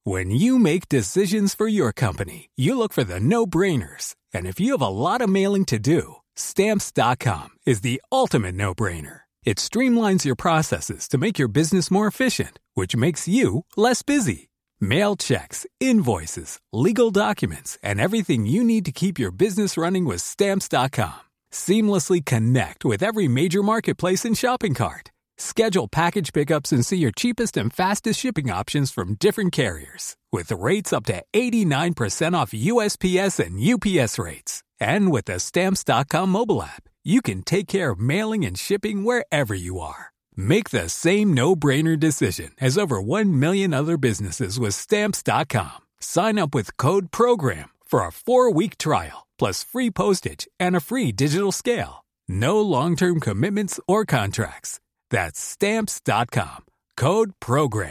When you make decisions for your company, you look for the no-brainers. And if you have a lot of mailing to do, Stamps.com is the ultimate no-brainer. It streamlines your processes to make your business more efficient, which makes you less busy. Mail checks, invoices, legal documents, and everything you need to keep your business running with Stamps.com. Seamlessly connect with every major marketplace and shopping cart. Schedule package pickups and see your cheapest and fastest shipping options from different carriers. With rates up to 89% off USPS and UPS rates. And with the Stamps.com mobile app, you can take care of mailing and shipping wherever you are. Make the same no-brainer decision as over 1 million other businesses with Stamps.com. Sign up with code PROGRAM for a 4-week trial, plus free postage and a free digital scale. No long-term commitments or contracts. That's Stamps.com. Code PROGRAM.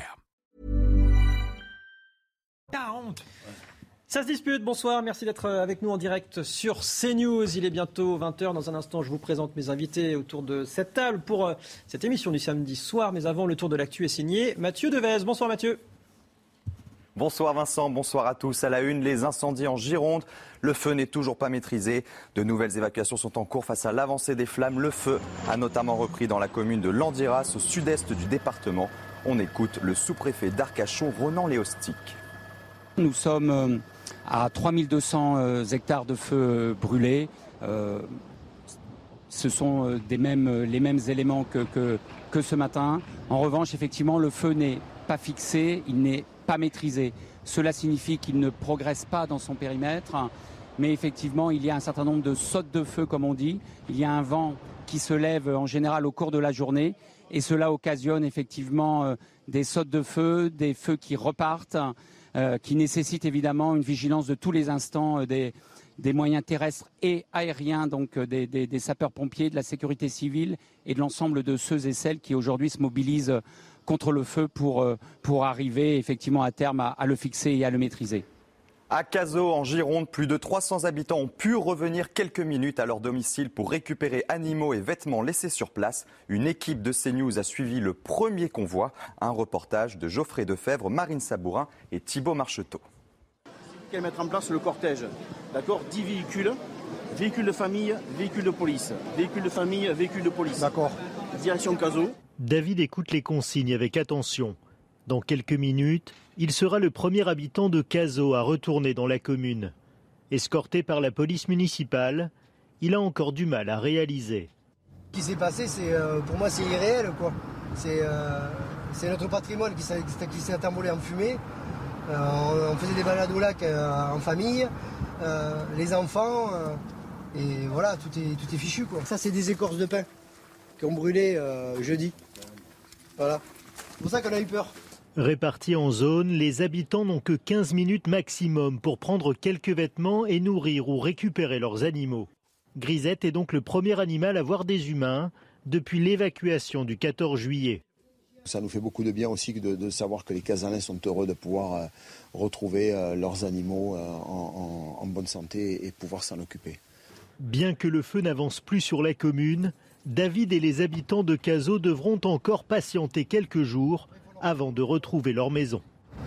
40. Ça se dispute, bonsoir, merci d'être avec nous en direct sur CNews. Il est bientôt 20h, dans un instant je vous présente mes invités autour de cette table pour cette émission du samedi soir. Mais avant, le tour de l'actu est signé Mathieu Devez. Bonsoir Mathieu. Bonsoir Vincent, bonsoir à tous. À la une, les incendies en Gironde. Le feu n'est toujours pas maîtrisé. De nouvelles évacuations sont en cours face à l'avancée des flammes. Le feu a notamment repris dans la commune de Landiras, au sud-est du département. On écoute le sous-préfet d'Arcachon, Ronan Léostic. Nous sommes à 3200 hectares de feu brûlés. Ce sont les mêmes éléments que ce matin. En revanche, effectivement, le feu n'est pas fixé, il n'est pas maîtrisé. Cela signifie qu'il ne progresse pas dans son périmètre, mais effectivement, il y a un certain nombre de sautes de feu, comme on dit. Il y a un vent qui se lève en général au cours de la journée, et cela occasionne effectivement des sautes de feu, des feux qui repartent, qui nécessitent évidemment une vigilance de tous les instants des moyens terrestres et aériens, donc des sapeurs-pompiers, de la sécurité civile et de l'ensemble de ceux et celles qui aujourd'hui se mobilisent contre le feu pour arriver effectivement à terme à le fixer et à le maîtriser. À Cazaux, en Gironde, plus de 300 habitants ont pu revenir quelques minutes à leur domicile pour récupérer animaux et vêtements laissés sur place. Une équipe de CNews a suivi le premier convoi. Un reportage de Geoffrey Defebvre, Marine Sabourin et Thibaut Marcheteau. Qu'elle mettre en place le cortège, d'accord, 10 véhicules, véhicules de famille, véhicules de police, véhicules de famille, véhicules de police. D'accord. Direction Cazaux. David écoute les consignes avec attention. Dans quelques minutes, il sera le premier habitant de Cazaux à retourner dans la commune. Escorté par la police municipale, il a encore du mal à réaliser. Ce qui s'est passé, pour moi, c'est irréel, quoi. C'est notre patrimoine qui s'est envolé en fumée. On faisait des balades au lac en famille, les enfants, et voilà, tout est fichu, quoi. Ça, c'est des écorces de pin qui ont brûlé jeudi. Voilà. C'est pour ça qu'on a eu peur. Répartis en zones, les habitants n'ont que 15 minutes maximum pour prendre quelques vêtements et nourrir ou récupérer leurs animaux. Grisette est donc le premier animal à voir des humains depuis l'évacuation du 14 juillet. Ça nous fait beaucoup de bien aussi de savoir que les Casalins sont heureux de pouvoir retrouver leurs animaux en bonne santé et pouvoir s'en occuper. Bien que le feu n'avance plus sur la commune, David et les habitants de Cazaux devront encore patienter quelques jours avant de retrouver leur maison.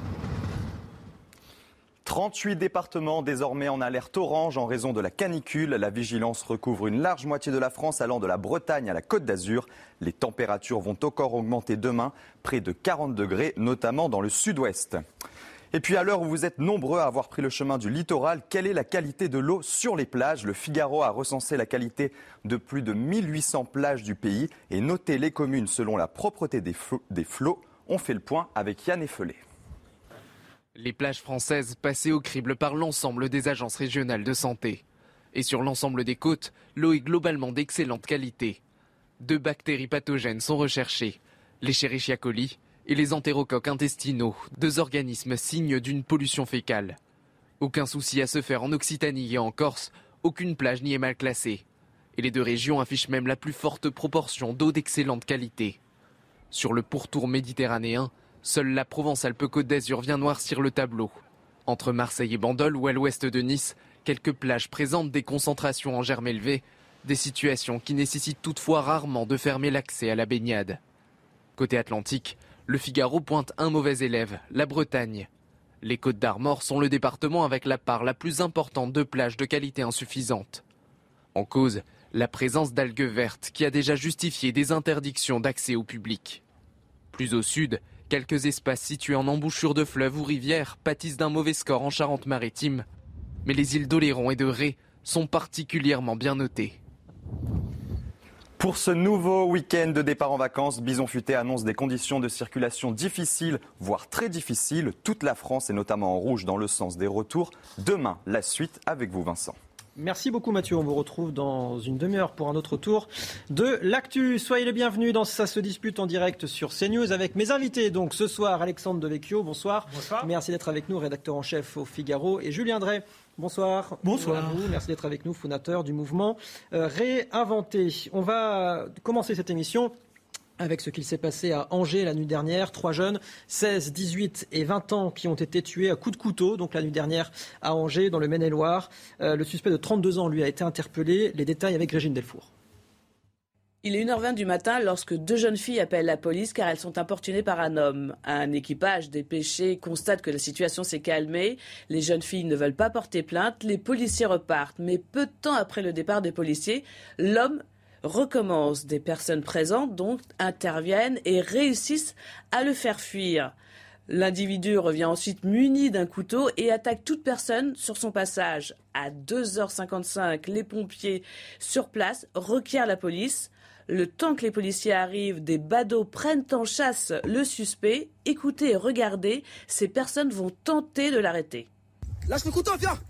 38 départements désormais en alerte orange en raison de la canicule. La vigilance recouvre une large moitié de la France allant de la Bretagne à la Côte d'Azur. Les températures vont encore augmenter demain, près de 40 degrés, notamment dans le sud-ouest. Et puis à l'heure où vous êtes nombreux à avoir pris le chemin du littoral, quelle est la qualité de l'eau sur les plages ? Le Figaro a recensé la qualité de plus de 1800 plages du pays et noté les communes selon la propreté des flots. On fait le point avec Yann Effelé. Les plages françaises passées au crible par l'ensemble des agences régionales de santé. Et sur l'ensemble des côtes, l'eau est globalement d'excellente qualité. 2 bactéries pathogènes sont recherchées, l'Escherichia coli et les entérocoques intestinaux, 2 organismes signes d'une pollution fécale. Aucun souci à se faire en Occitanie et en Corse, aucune plage n'y est mal classée. Et les 2 régions affichent même la plus forte proportion d'eau d'excellente qualité. Sur le pourtour méditerranéen, seule la Provence-Alpes-Côte d'Azur vient noircir le tableau. Entre Marseille et Bandol ou à l'ouest de Nice, quelques plages présentent des concentrations en germes élevés, des situations qui nécessitent toutefois rarement de fermer l'accès à la baignade. Côté Atlantique, le Figaro pointe un mauvais élève, la Bretagne. Les Côtes-d'Armor sont le département avec la part la plus importante de plages de qualité insuffisante. En cause, la présence d'algues vertes qui a déjà justifié des interdictions d'accès au public. Plus au sud, quelques espaces situés en embouchure de fleuves ou rivières pâtissent d'un mauvais score en Charente-Maritime. Mais les îles d'Oléron et de Ré sont particulièrement bien notées. Pour ce nouveau week-end de départ en vacances, Bison Futé annonce des conditions de circulation difficiles, voire très difficiles. Toute la France est notamment en rouge dans le sens des retours. Demain, la suite avec vous, Vincent. Merci beaucoup Mathieu, on vous retrouve dans une demi-heure pour un autre tour de l'actu. Soyez les bienvenus dans Ça se dispute en direct sur CNews avec mes invités. Donc ce soir, Alexandre Devecchio, bonsoir. Bonsoir. Merci d'être avec nous, rédacteur en chef au Figaro, et Julien Drey. Bonsoir. Bonsoir. À vous. Merci d'être avec nous, fondateur du mouvement Réinventer. On va commencer cette émission avec ce qu'il s'est passé à Angers la nuit dernière. 3 jeunes, 16, 18 et 20 ans, qui ont été tués à coups de couteau, donc la nuit dernière à Angers, dans le Maine-et-Loire. Le suspect de 32 ans, lui, a été interpellé. Les détails avec Régine Delfour. Il est 1h20 du matin lorsque 2 jeunes filles appellent la police car elles sont importunées par un homme. Un équipage dépêché constate que la situation s'est calmée. Les jeunes filles ne veulent pas porter plainte. Les policiers repartent. Mais peu de temps après le départ des policiers, l'homme recommence. Des personnes présentes donc interviennent et réussissent à le faire fuir. L'individu revient ensuite muni d'un couteau et attaque toute personne sur son passage. À 2h55, les pompiers sur place requièrent la police. Le temps que les policiers arrivent, des badauds prennent en chasse le suspect. Écoutez et regardez, ces personnes vont tenter de l'arrêter. Lâche le couteau, viens.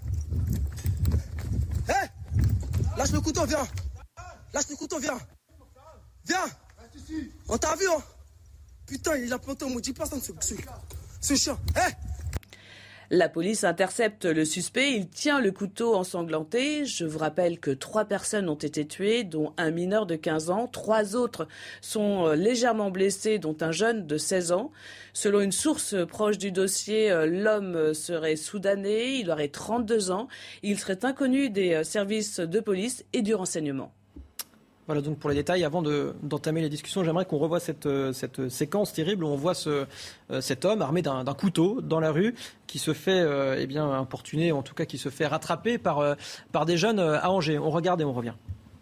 Hé, lâche le couteau, viens. Lâche le couteau, viens. Viens. On t'a vu, hein. Putain, il a planté au maudit personne, ce chien. Hé. La police intercepte le suspect, il tient le couteau ensanglanté. Je vous rappelle que 3 personnes ont été tuées, dont un mineur de 15 ans. 3 autres sont légèrement blessés, dont un jeune de 16 ans. Selon une source proche du dossier, l'homme serait soudanais, il aurait 32 ans. Il serait inconnu des services de police et du renseignement. Voilà donc pour les détails. Avant d'entamer les discussions, j'aimerais qu'on revoie cette séquence terrible où on voit cet homme armé d'un couteau dans la rue qui se fait importuner, en tout cas qui se fait rattraper par des jeunes à Angers. On regarde et on revient.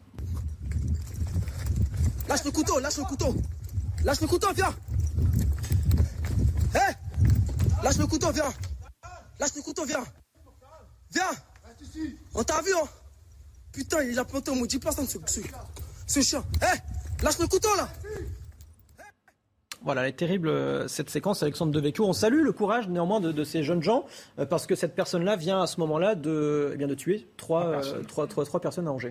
Lâche le couteau, lâche le couteau. Lâche le couteau, viens. Hé, lâche le couteau, viens. Lâche le couteau, viens. Viens. On t'a vu, hein. Putain, il a planté au maudit personne, ce chien. Hé, lâche le couteau, là. Voilà, elle est terrible cette séquence, Alexandre Devecchio. On salue le courage néanmoins de ces jeunes gens parce que cette personne-là vient à ce moment-là de tuer trois personnes à Angers.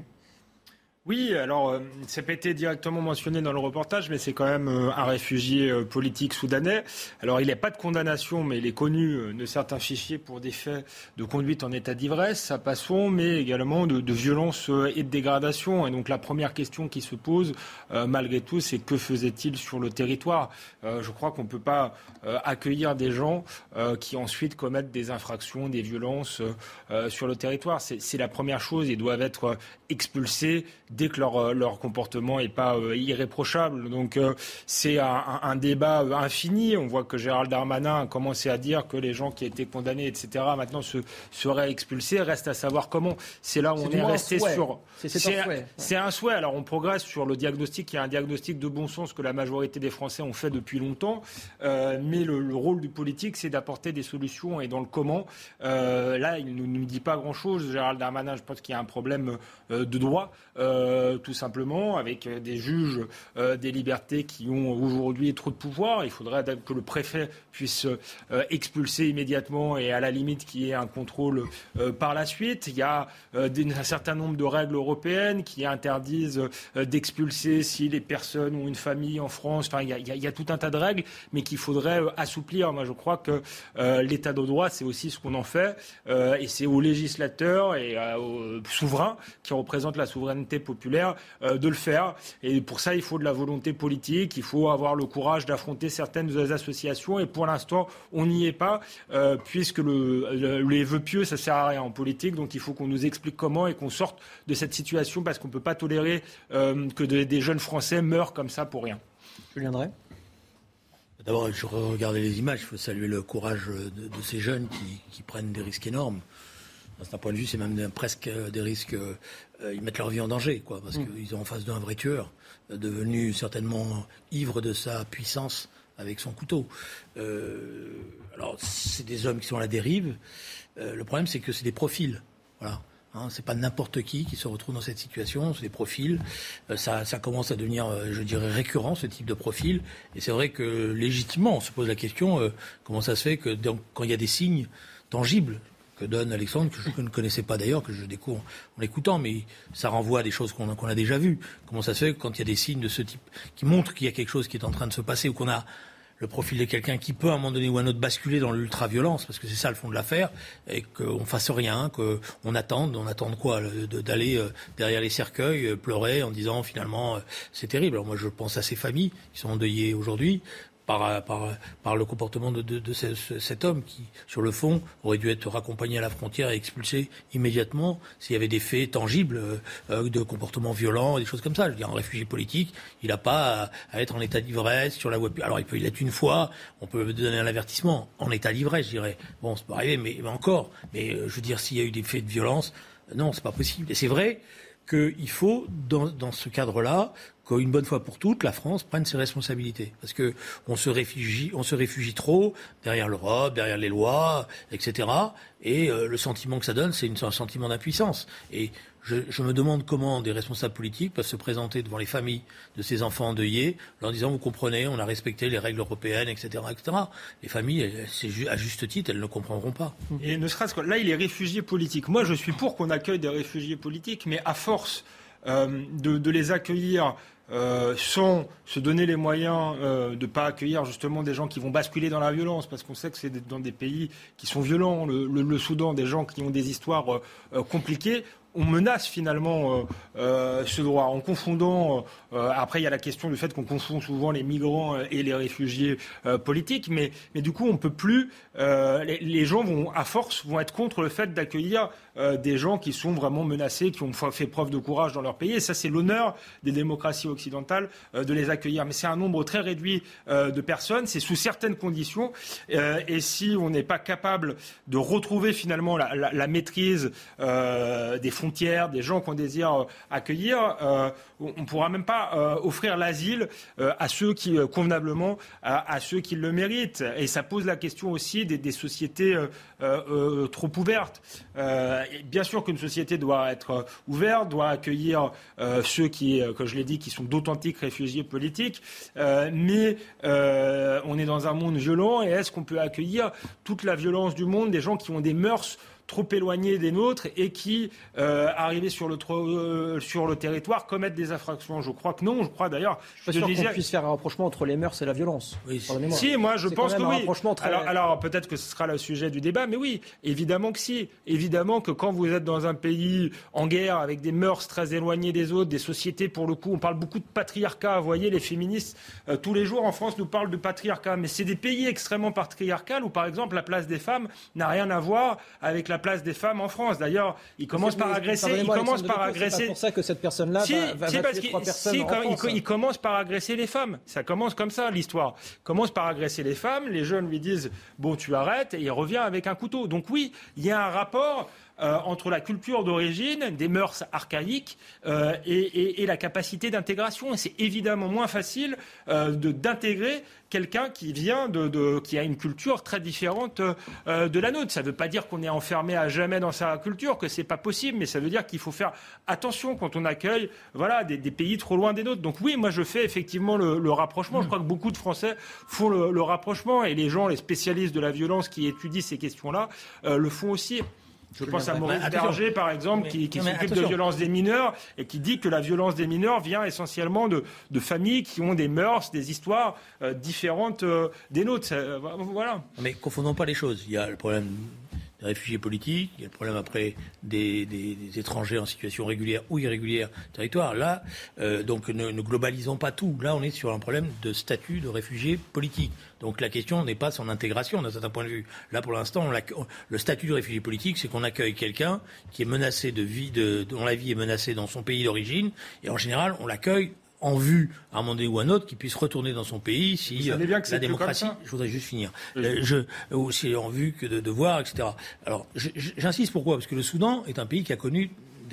Oui, alors ça n'a pas été directement mentionné dans le reportage, mais c'est quand même un réfugié politique soudanais. Alors il n'y a pas de condamnation, mais il est connu de certains fichiers pour des faits de conduite en état d'ivresse, ça passons, mais également de violence et de dégradation. Et donc la première question qui se pose, malgré tout, c'est que faisait-il sur le territoire ? Je crois qu'on ne peut pas accueillir des gens qui ensuite commettent des infractions, des violences sur le territoire. C'est la première chose, ils doivent être expulsés dès que leur comportement n'est pas irréprochable. Donc c'est un débat infini. On voit que Gérald Darmanin a commencé à dire que les gens qui étaient condamnés, etc., maintenant seraient expulsés. Reste à savoir comment. C'est là où on est resté sur... C'est un souhait. Alors on progresse sur le diagnostic. Il y a un diagnostic de bon sens que la majorité des Français ont fait depuis longtemps. Mais le rôle du politique, c'est d'apporter des solutions. Et dans le comment, là, il ne nous dit pas grand-chose. Gérald Darmanin, je pense qu'il y a un problème de droit. Tout simplement, avec des juges des libertés qui ont aujourd'hui trop de pouvoir. Il faudrait que le préfet puisse expulser immédiatement et à la limite qu'il y ait un contrôle par la suite. Il y a un certain nombre de règles européennes qui interdisent d'expulser si les personnes ont une famille en France. Enfin, il y a tout un tas de règles, mais qu'il faudrait assouplir. Moi, je crois que l'état de droit, c'est aussi ce qu'on en fait. Et c'est aux législateurs et aux souverains qui représentent la souveraineté populaire de le faire. Et pour ça, il faut de la volonté politique, il faut avoir le courage d'affronter certaines associations. Et pour l'instant, on n'y est pas, puisque les vœux pieux, ça sert à rien en politique. Donc il faut qu'on nous explique comment et qu'on sorte de cette situation, parce qu'on ne peut pas tolérer que des jeunes Français meurent comme ça pour rien. Julien Drey. D'abord, je regardais les images, il faut saluer le courage de ces jeunes qui prennent des risques énormes. D'un point de vue, c'est même presque des risques. Ils mettent leur vie en danger, quoi, parce qu'ils ont en face d'eux un vrai tueur, devenu certainement ivre de sa puissance avec son couteau. Alors, c'est des hommes qui sont à la dérive. Le problème, c'est que c'est des profils. Voilà. C'est pas n'importe qui se retrouve dans cette situation, c'est des profils. Ça commence à devenir, je dirais, récurrent, ce type de profil. Et c'est vrai que, légitimement, on se pose la question, comment ça se fait que quand il y a des signes tangibles que donne Alexandre, que je ne connaissais pas d'ailleurs, que je découvre en l'écoutant, mais ça renvoie à des choses qu'on a déjà vues. Comment ça se fait que quand il y a des signes de ce type qui montrent qu'il y a quelque chose qui est en train de se passer, ou qu'on a le profil de quelqu'un qui peut à un moment donné ou à un autre basculer dans l'ultra-violence, parce que c'est ça le fond de l'affaire, et qu'on fasse rien, qu'on attende. On attend de quoi ? D'aller derrière les cercueils, pleurer en disant finalement c'est terrible. Alors moi je pense à ces familles qui sont endeuillées aujourd'hui par le comportement de cet homme qui, sur le fond, aurait dû être raccompagné à la frontière et expulsé immédiatement s'il y avait des faits tangibles de comportement violent, des choses comme ça. Je veux dire, un réfugié politique, il n'a pas à être en état d'ivresse sur la voie. Alors il peut l'être une fois, on peut donner un avertissement en état d'ivresse, je dirais. Bon, c'est pas arrivé, mais encore. Mais je veux dire, s'il y a eu des faits de violence, non, c'est pas possible. Et c'est vrai qu'il faut, dans ce cadre-là, qu'une bonne fois pour toutes, la France prenne ses responsabilités. Parce que on se réfugie trop derrière l'Europe, derrière les lois, etc. Et le sentiment que ça donne, c'est un sentiment d'impuissance. Et je me demande comment des responsables politiques peuvent se présenter devant les familles de ces enfants endeuillés, leur disant, vous comprenez, on a respecté les règles européennes, etc., etc. Les familles, à juste titre, elles ne comprendront pas. Et ne serait-ce que là, il est réfugié politique. Moi, je suis pour qu'on accueille des réfugiés politiques, mais à force de les accueillir sans se donner les moyens de ne pas accueillir justement des gens qui vont basculer dans la violence, parce qu'on sait que c'est dans des pays qui sont violents, le Soudan, des gens qui ont des histoires compliquées. On menace finalement ce droit en confondant. Après, il y a la question du fait qu'on confond souvent les migrants et les réfugiés politiques, mais du coup, on peut plus. Les gens vont être contre le fait d'accueillir des gens qui sont vraiment menacés, qui ont fait preuve de courage dans leur pays. Et ça, c'est l'honneur des démocraties occidentales de les accueillir. Mais c'est un nombre très réduit de personnes. C'est sous certaines conditions. Et si on n'est pas capable de retrouver finalement la maîtrise des frontières, des gens qu'on désire accueillir, on ne pourra même pas offrir l'asile à ceux qui, convenablement, à ceux qui le méritent. Et ça pose la question aussi des sociétés trop ouvertes. Bien sûr qu'une société doit être ouverte, doit accueillir ceux qui, comme je l'ai dit, qui sont d'authentiques réfugiés politiques, mais on est dans un monde violent, et est-ce qu'on peut accueillir toute la violence du monde, des gens qui ont des mœurs trop éloignés des nôtres et qui, arrivés sur le territoire, commettent des infractions? Je crois que non. Je crois d'ailleurs... Je suis pas sûr qu'on puisse faire un rapprochement entre les mœurs et la violence. Oui, si, moi je pense que oui. Très... Alors peut-être que ce sera le sujet du débat, mais oui, évidemment que si. Évidemment que quand vous êtes dans un pays en guerre, avec des mœurs très éloignées des autres, des sociétés, pour le coup, on parle beaucoup de patriarcat. Vous voyez, les féministes, tous les jours en France, nous parlent de patriarcat. Mais c'est des pays extrêmement patriarcaux où, par exemple, la place des femmes n'a rien à voir avec la place des femmes en France. D'ailleurs, il commence par agresser. C'est pas pour ça que cette personne-là va tuer 3 personnes en France. Il commence par agresser les femmes. Ça commence comme ça, l'histoire. Il commence par agresser les femmes. Les jeunes lui disent « bon, tu arrêtes » et il revient avec un couteau. Donc oui, il y a un rapport entre la culture d'origine, des mœurs archaïques et la capacité d'intégration. Et c'est évidemment moins facile d'intégrer quelqu'un qui vient qui a une culture très différente de la nôtre. Ça ne veut pas dire qu'on est enfermé à jamais dans sa culture, que c'est pas possible, mais ça veut dire qu'il faut faire attention quand on accueille des pays trop loin des nôtres. Donc oui, moi je fais effectivement le rapprochement. Je crois que beaucoup de Français font le rapprochement, et les spécialistes de la violence qui étudient ces questions-là le font aussi. Je pense à Maurice Berger, par exemple, qui s'occupe de violence des mineurs et qui dit que la violence des mineurs vient essentiellement de familles qui ont des mœurs, des histoires différentes des nôtres. Voilà. Mais confondons pas les choses. Il y a le problème des réfugiés politiques, il y a le problème après des étrangers en situation régulière ou irrégulière territoire. Là, donc ne globalisons pas tout. Là, on est sur un problème de statut de réfugié politique. Donc la question n'est pas son intégration d'un certain point de vue. Là, pour l'instant, le statut de réfugié politique, c'est qu'on accueille quelqu'un qui est menacé de vie, dont la vie est menacée dans son pays d'origine, et en général, on l'accueille en vue, à un moment donné ou à un autre, qu'il puisse retourner dans son pays si bien que la démocratie... Je voudrais juste finir. Aussi en vue que de voir, etc. Alors, j'insiste pourquoi ? Parce que le Soudan est un pays qui a connu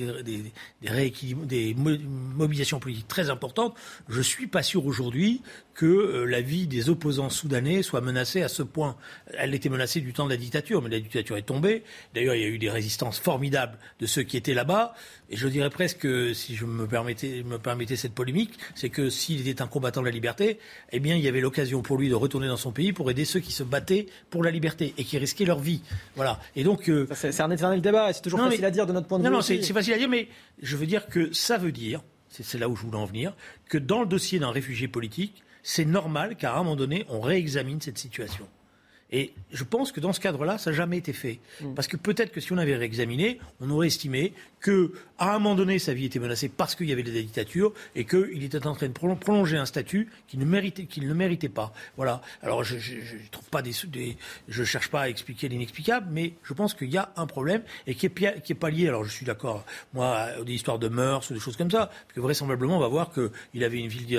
des mobilisations politiques très importantes. Je ne suis pas sûr aujourd'hui que la vie des opposants soudanais soit menacée à ce point. Elle était menacée du temps de la dictature, mais la dictature est tombée. D'ailleurs, il y a eu des résistances formidables de ceux qui étaient là-bas. Et je dirais presque, si je me permettais cette polémique, c'est que s'il était un combattant de la liberté, eh bien, il y avait l'occasion pour lui de retourner dans son pays pour aider ceux qui se battaient pour la liberté et qui risquaient leur vie. Voilà. Et donc, c'est un éternel débat et c'est toujours facile à dire de notre point de vue. Non, c'est facile à dire, mais je veux dire que ça veut dire, c'est là où je voulais en venir, que dans le dossier d'un réfugié politique, c'est normal qu'à un moment donné, on réexamine cette situation. Et je pense que dans ce cadre-là, ça n'a jamais été fait. Parce que peut-être que si on avait réexaminé, on aurait estimé qu'à un moment donné, sa vie était menacée parce qu'il y avait des dictatures et qu'il était en train de prolonger un statut qu'il ne méritait pas. Voilà. Alors, je trouve pas je cherche pas à expliquer l'inexplicable, mais je pense qu'il y a un problème et qui est pas lié. Alors, je suis d'accord, moi, à des histoires de mœurs ou des choses comme ça, parce que vraisemblablement, on va voir qu'il avait une vie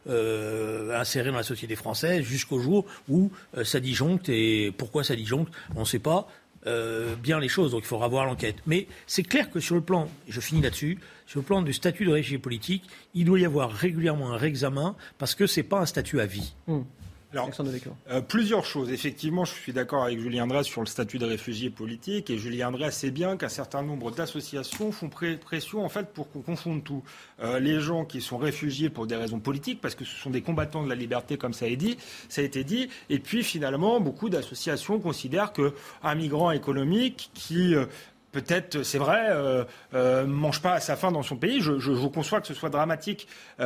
insérée dans la société française jusqu'au jour où ça disjoncte. Et pourquoi ça disjoncte, on ne sait pas bien les choses, donc il faudra voir l'enquête. Mais c'est clair que sur le plan, et je finis là-dessus, sur le plan du statut de réfugié politique, il doit y avoir régulièrement un réexamen parce que ce n'est pas un statut à vie. Alors, plusieurs choses. Effectivement, je suis d'accord avec Julien Drey sur le statut de réfugié politique. Et Julien Drey sait bien qu'un certain nombre d'associations font pression en fait, pour qu'on confonde tout. Les gens qui sont réfugiés pour des raisons politiques, parce que ce sont des combattants de la liberté, comme ça a été dit. Et puis, finalement, beaucoup d'associations considèrent qu'un migrant économique qui... peut-être, c'est vrai, mange pas à sa faim dans son pays, je conçois que ce soit dramatique,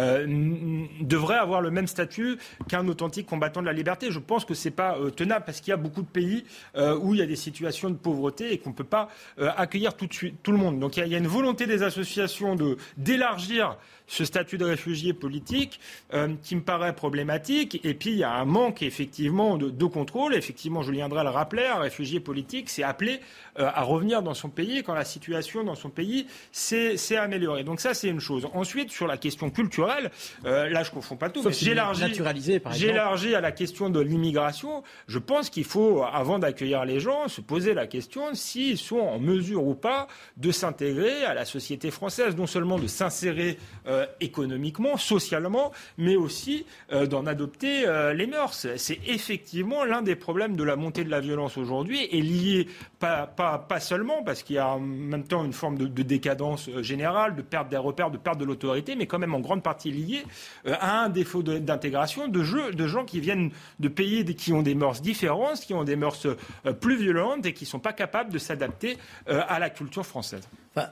devrait avoir le même statut qu'un authentique combattant de la liberté. Je pense que c'est pas tenable parce qu'il y a beaucoup de pays où il y a des situations de pauvreté et qu'on peut pas accueillir tout le monde. Donc il y a une volonté des associations d'élargir ce statut de réfugié politique qui me paraît problématique. Et puis il y a un manque effectivement de contrôle. Effectivement, Julien Drey le rappelait, un réfugié politique s'est appelé à revenir dans son pays quand la situation dans son pays s'est améliorée. Donc ça, c'est une chose. Ensuite, sur la question culturelle, là, je ne confonds pas tout. Sauf mais j'élargis à la question de l'immigration. Je pense qu'il faut, avant d'accueillir les gens, se poser la question s'ils sont en mesure ou pas de s'intégrer à la société française, non seulement de s'insérer économiquement, socialement, mais aussi d'en adopter les mœurs. C'est effectivement l'un des problèmes de la montée de la violence aujourd'hui et lié pas seulement parce qu'il y a en même temps une forme de décadence générale, de perte des repères, de perte de l'autorité, mais quand même en grande partie lié à un défaut d'intégration de gens qui viennent de pays qui ont des mœurs différentes, qui ont des mœurs plus violentes et qui ne sont pas capables de s'adapter à la culture française. Enfin,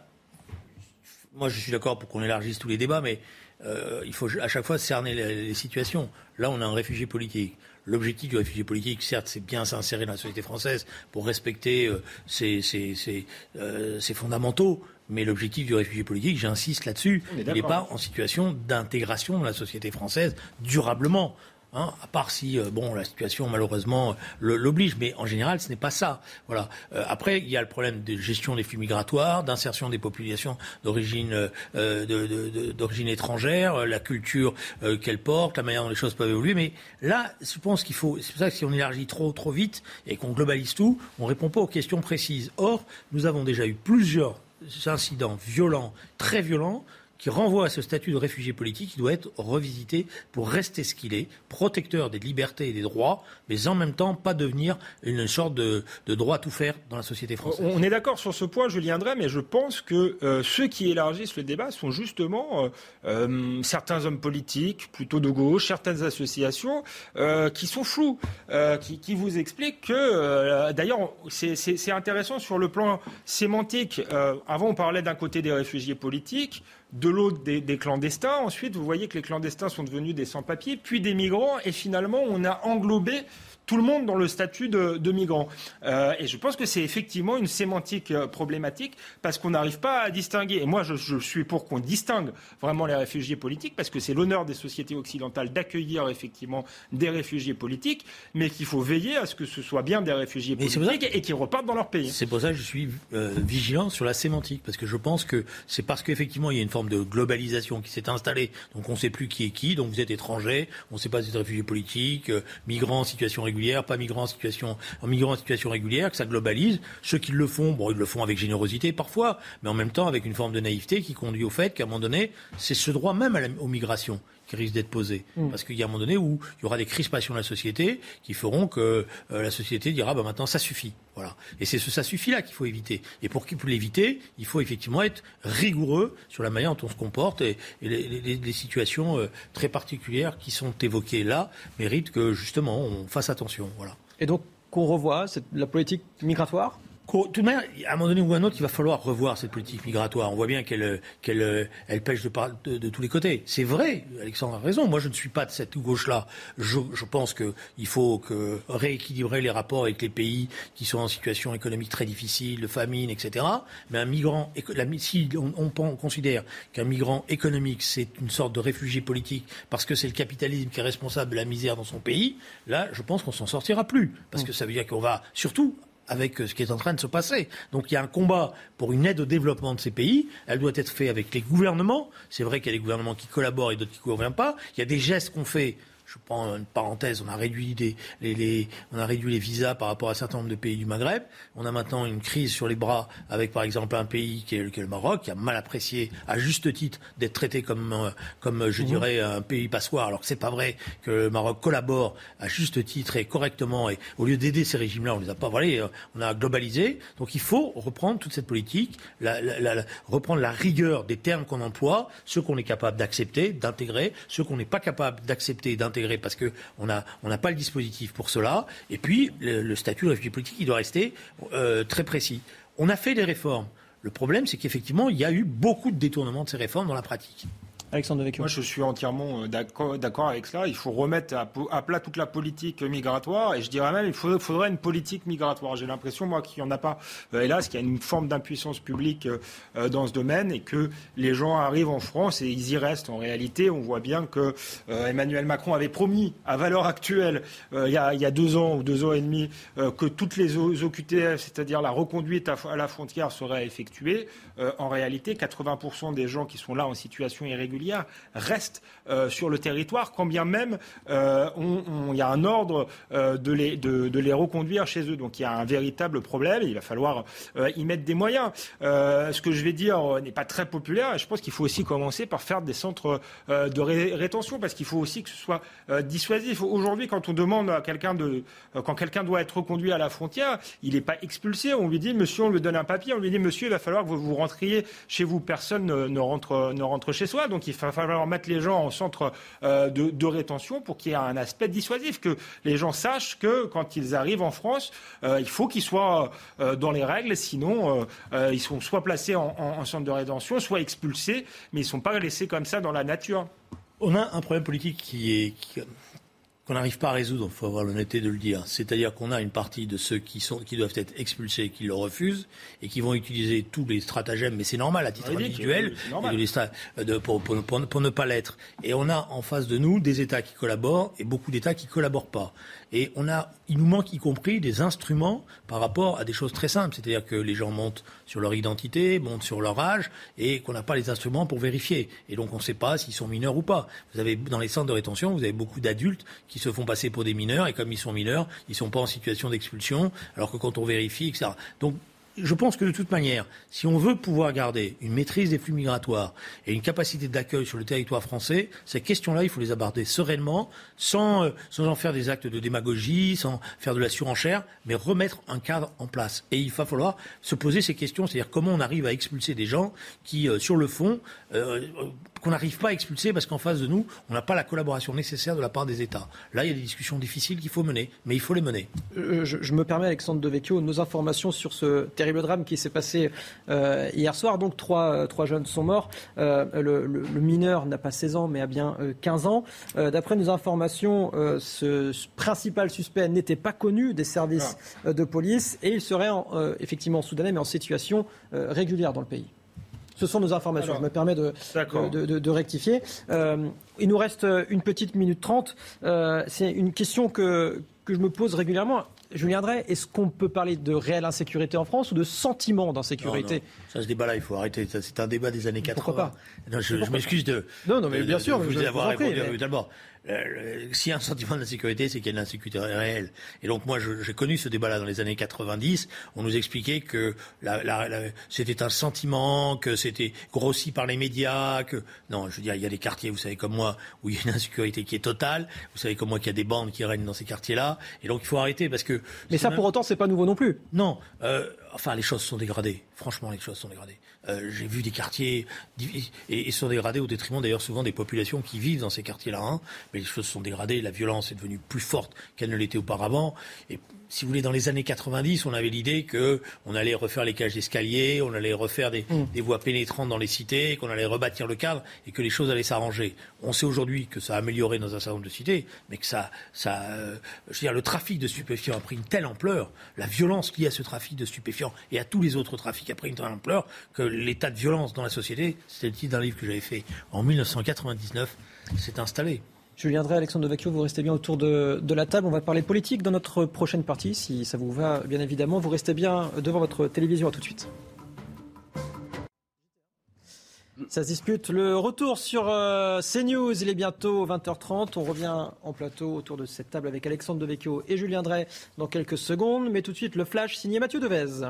moi, je suis d'accord pour qu'on élargisse tous les débats, mais il faut à chaque fois cerner les situations. Là, on a un réfugié politique. L'objectif du réfugié politique, certes, c'est bien s'insérer dans la société française pour respecter ses fondamentaux, mais l'objectif du réfugié politique, j'insiste là-dessus, il n'est pas en situation d'intégration dans la société française durablement. À part si la situation malheureusement l'oblige, mais en général ce n'est pas ça. Voilà. Après il y a le problème de gestion des flux migratoires, d'insertion des populations d'origine étrangère, la culture qu'elles portent, la manière dont les choses peuvent évoluer. Mais là, je pense qu'il faut. C'est pour ça que si on élargit trop vite et qu'on globalise tout, on répond pas aux questions précises. Or, nous avons déjà eu plusieurs incidents violents, très violents, qui renvoie à ce statut de réfugié politique qui doit être revisité pour rester ce qu'il est, protecteur des libertés et des droits, mais en même temps pas devenir une sorte de droit à tout faire dans la société française. On est d'accord sur ce point, Julien Drey, mais je pense que ceux qui élargissent le débat sont justement certains hommes politiques, plutôt de gauche, certaines associations qui sont floues, qui vous expliquent que, d'ailleurs, c'est intéressant sur le plan sémantique. Avant, on parlait d'un côté des réfugiés politiques, de l'autre des clandestins. Ensuite, vous voyez que les clandestins sont devenus des sans-papiers, puis des migrants. Et finalement, on a englobé tout le monde dans le statut de migrant. Et je pense que c'est effectivement une sémantique problématique parce qu'on n'arrive pas à distinguer. Et moi, je suis pour qu'on distingue vraiment les réfugiés politiques parce que c'est l'honneur des sociétés occidentales d'accueillir effectivement des réfugiés politiques, mais qu'il faut veiller à ce que ce soit bien des réfugiés politiques et qu'ils repartent dans leur pays. C'est pour ça que je suis vigilant sur la sémantique parce que je pense que c'est parce qu'effectivement il y a une forme de globalisation qui s'est installée. Donc on ne sait plus qui est qui. Donc vous êtes étranger, on ne sait pas si vous êtes réfugié politique, migrant en situation régulière, pas migrant en situation régulière, que ça globalise. Ceux qui le font, ils le font avec générosité parfois, mais en même temps avec une forme de naïveté qui conduit au fait qu'à un moment donné, c'est ce droit même aux migrations qui risque d'être posé. Parce qu'il y a un moment donné où il y aura des crispations de la société qui feront que la société dira maintenant ça suffit. Voilà. Et c'est ce ça suffit là qu'il faut éviter. Et pour l'éviter, il faut effectivement être rigoureux sur la manière dont on se comporte et les situations très particulières qui sont évoquées là méritent que justement on fasse attention. Voilà. Et donc qu'on revoie la politique migratoire ? Tout de même, à un moment donné ou à un autre, il va falloir revoir cette politique migratoire. On voit bien qu'elle pêche de tous les côtés. C'est vrai, Alexandre a raison. Moi, je ne suis pas de cette gauche-là. Je pense qu'il faut rééquilibrer les rapports avec les pays qui sont en situation économique très difficile, de famine, etc. Mais un migrant, si on considère qu'un migrant économique, c'est une sorte de réfugié politique parce que c'est le capitalisme qui est responsable de la misère dans son pays, là, je pense qu'on s'en sortira plus. Parce que ça veut dire qu'on va surtout avec ce qui est en train de se passer. Donc il y a un combat pour une aide au développement de ces pays. Elle doit être faite avec les gouvernements. C'est vrai qu'il y a des gouvernements qui collaborent et d'autres qui ne collaborent pas. Il y a des gestes qu'on fait. Je prends une parenthèse, on a réduit les visas par rapport à un certain nombre de pays du Maghreb. On a maintenant une crise sur les bras avec, par exemple, un pays qui est le Maroc, qui a mal apprécié, à juste titre, d'être traité comme je dirais, un pays passoire, alors que c'est pas vrai que le Maroc collabore à juste titre et correctement. Et au lieu d'aider ces régimes-là, on les a pas, on a globalisé. Donc il faut reprendre toute cette politique, reprendre la rigueur des termes qu'on emploie, ceux qu'on est capable d'accepter, d'intégrer, ceux qu'on n'est pas capable d'accepter, d'intégrer parce qu'on n'a pas le dispositif pour cela. Et puis, le statut de réfugié politique, il doit rester très précis. On a fait des réformes. Le problème, c'est qu'effectivement, il y a eu beaucoup de détournements de ces réformes dans la pratique. Alexandre Devecchio. Moi, je suis entièrement d'accord avec cela. Il faut remettre à plat toute la politique migratoire. Et je dirais même qu'il faudrait une politique migratoire. J'ai l'impression, moi, qu'il n'y en a pas. Hélas, qu'il y a une forme d'impuissance publique dans ce domaine et que les gens arrivent en France et ils y restent. En réalité, on voit bien que Emmanuel Macron avait promis, à valeur actuelle, il y a 2 ans ou 2 ans et demi, que toutes les OQTF, c'est-à-dire la reconduite à la frontière, seraient effectuées. En réalité, 80% des gens qui sont là en situation irrégulière restent sur le territoire, quand bien même il y a un ordre de les reconduire chez eux. Donc il y a un véritable problème et il va falloir y mettre des moyens. Ce que je vais dire n'est pas très populaire et je pense qu'il faut aussi commencer par faire des centres de rétention parce qu'il faut aussi que ce soit dissuasif. Aujourd'hui, quand on demande à quand quelqu'un doit être reconduit à la frontière, il n'est pas expulsé. On lui dit, monsieur, on lui donne un papier, on lui dit, monsieur, il va falloir que vous rentriez chez vous. Personne ne rentre chez soi. Donc il va falloir mettre les gens en centre de rétention pour qu'il y ait un aspect dissuasif, que les gens sachent que quand ils arrivent en France, il faut qu'ils soient dans les règles, sinon ils sont soit placés en centre de rétention, soit expulsés, mais ils ne sont pas laissés comme ça dans la nature. On a un problème politique qu'on n'arrive pas à résoudre, il faut avoir l'honnêteté de le dire. C'est-à-dire qu'on a une partie de ceux qui doivent être expulsés, qui le refusent, et qui vont utiliser tous les stratagèmes, mais c'est normal à titre individuel, pour ne pas l'être. Et on a en face de nous des États qui collaborent et beaucoup d'États qui ne collaborent pas. Et il nous manque y compris des instruments par rapport à des choses très simples. C'est-à-dire que les gens montent sur leur identité, montent sur leur âge, et qu'on n'a pas les instruments pour vérifier. Et donc on ne sait pas s'ils sont mineurs ou pas. Vous avez, dans les centres de rétention, vous avez beaucoup d'adultes qui se font passer pour des mineurs, et comme ils sont mineurs, ils ne sont pas en situation d'expulsion, alors que quand on vérifie, etc. Donc, je pense que de toute manière, si on veut pouvoir garder une maîtrise des flux migratoires et une capacité d'accueil sur le territoire français, ces questions-là, il faut les aborder sereinement, sans en faire des actes de démagogie, sans faire de la surenchère, mais remettre un cadre en place. Et il va falloir se poser ces questions, c'est-à-dire comment on arrive à expulser des gens qui, sur le fond, qu'on n'arrive pas à expulser parce qu'en face de nous, on n'a pas la collaboration nécessaire de la part des États. Là, il y a des discussions difficiles qu'il faut mener, mais il faut les mener. Je me permets, Alexandre Devecchio, nos informations sur ce territoire terrible drame qui s'est passé hier soir. Donc 3 jeunes sont morts. Le mineur n'a pas 16 ans mais a bien 15 ans. D'après nos informations, ce principal suspect n'était pas connu des services de police et il serait effectivement soudanais mais en situation régulière dans le pays. Ce sont nos informations. Alors, je me permets de rectifier. Il nous reste une petite minute 30. C'est une question que je me pose régulièrement. Julien Drey, est-ce qu'on peut parler de réelle insécurité en France ou de sentiment d'insécurité ? Non. Ça, ce débat-là, il faut arrêter. Ça, c'est un débat des années 80. Pourquoi pas ? Non, je m'excuse de... Non, mais bien sûr. De vous avoir répondu brutalement. S'il y a un sentiment d'insécurité, c'est qu'il y a une insécurité réelle. Et donc moi, j'ai connu ce débat-là dans les années 90. On nous expliquait que c'était un sentiment, que c'était grossi par les médias, que... Non, je veux dire, il y a des quartiers, vous savez comme moi, où il y a une insécurité qui est totale. Vous savez comme moi qu'il y a des bandes qui règnent dans ces quartiers-là. Et donc il faut arrêter parce que... Mais ça, pour autant, c'est pas nouveau non plus. Non. Enfin, les choses sont dégradées. Franchement, les choses sont dégradées. J'ai vu des quartiers et sont dégradés au détriment d'ailleurs souvent des populations qui vivent dans ces quartiers-là. Hein. Mais les choses sont dégradées, la violence est devenue plus forte qu'elle ne l'était auparavant. Et si vous voulez, dans les années 90, on avait l'idée qu'on allait refaire les cages d'escalier, on allait refaire des voies pénétrantes dans les cités, qu'on allait rebâtir le cadre et que les choses allaient s'arranger. On sait aujourd'hui que ça a amélioré dans un certain nombre de cités, mais que je veux dire, le trafic de stupéfiants a pris une telle ampleur, la violence liée à ce trafic de stupéfiants et à tous les autres trafics a pris une telle ampleur que l'état de violence dans la société, c'était le titre d'un livre que j'avais fait en 1999, s'est installé. Julien Drey, Alexandre Devecchio, vous restez bien autour de la table. On va parler politique dans notre prochaine partie, si ça vous va, bien évidemment. Vous restez bien devant votre télévision. À tout de suite. Ça se dispute. Le retour sur CNews, il est bientôt 20h30. On revient en plateau autour de cette table avec Alexandre Devecchio et Julien Drey dans quelques secondes. Mais tout de suite, le flash signé Mathieu Devez.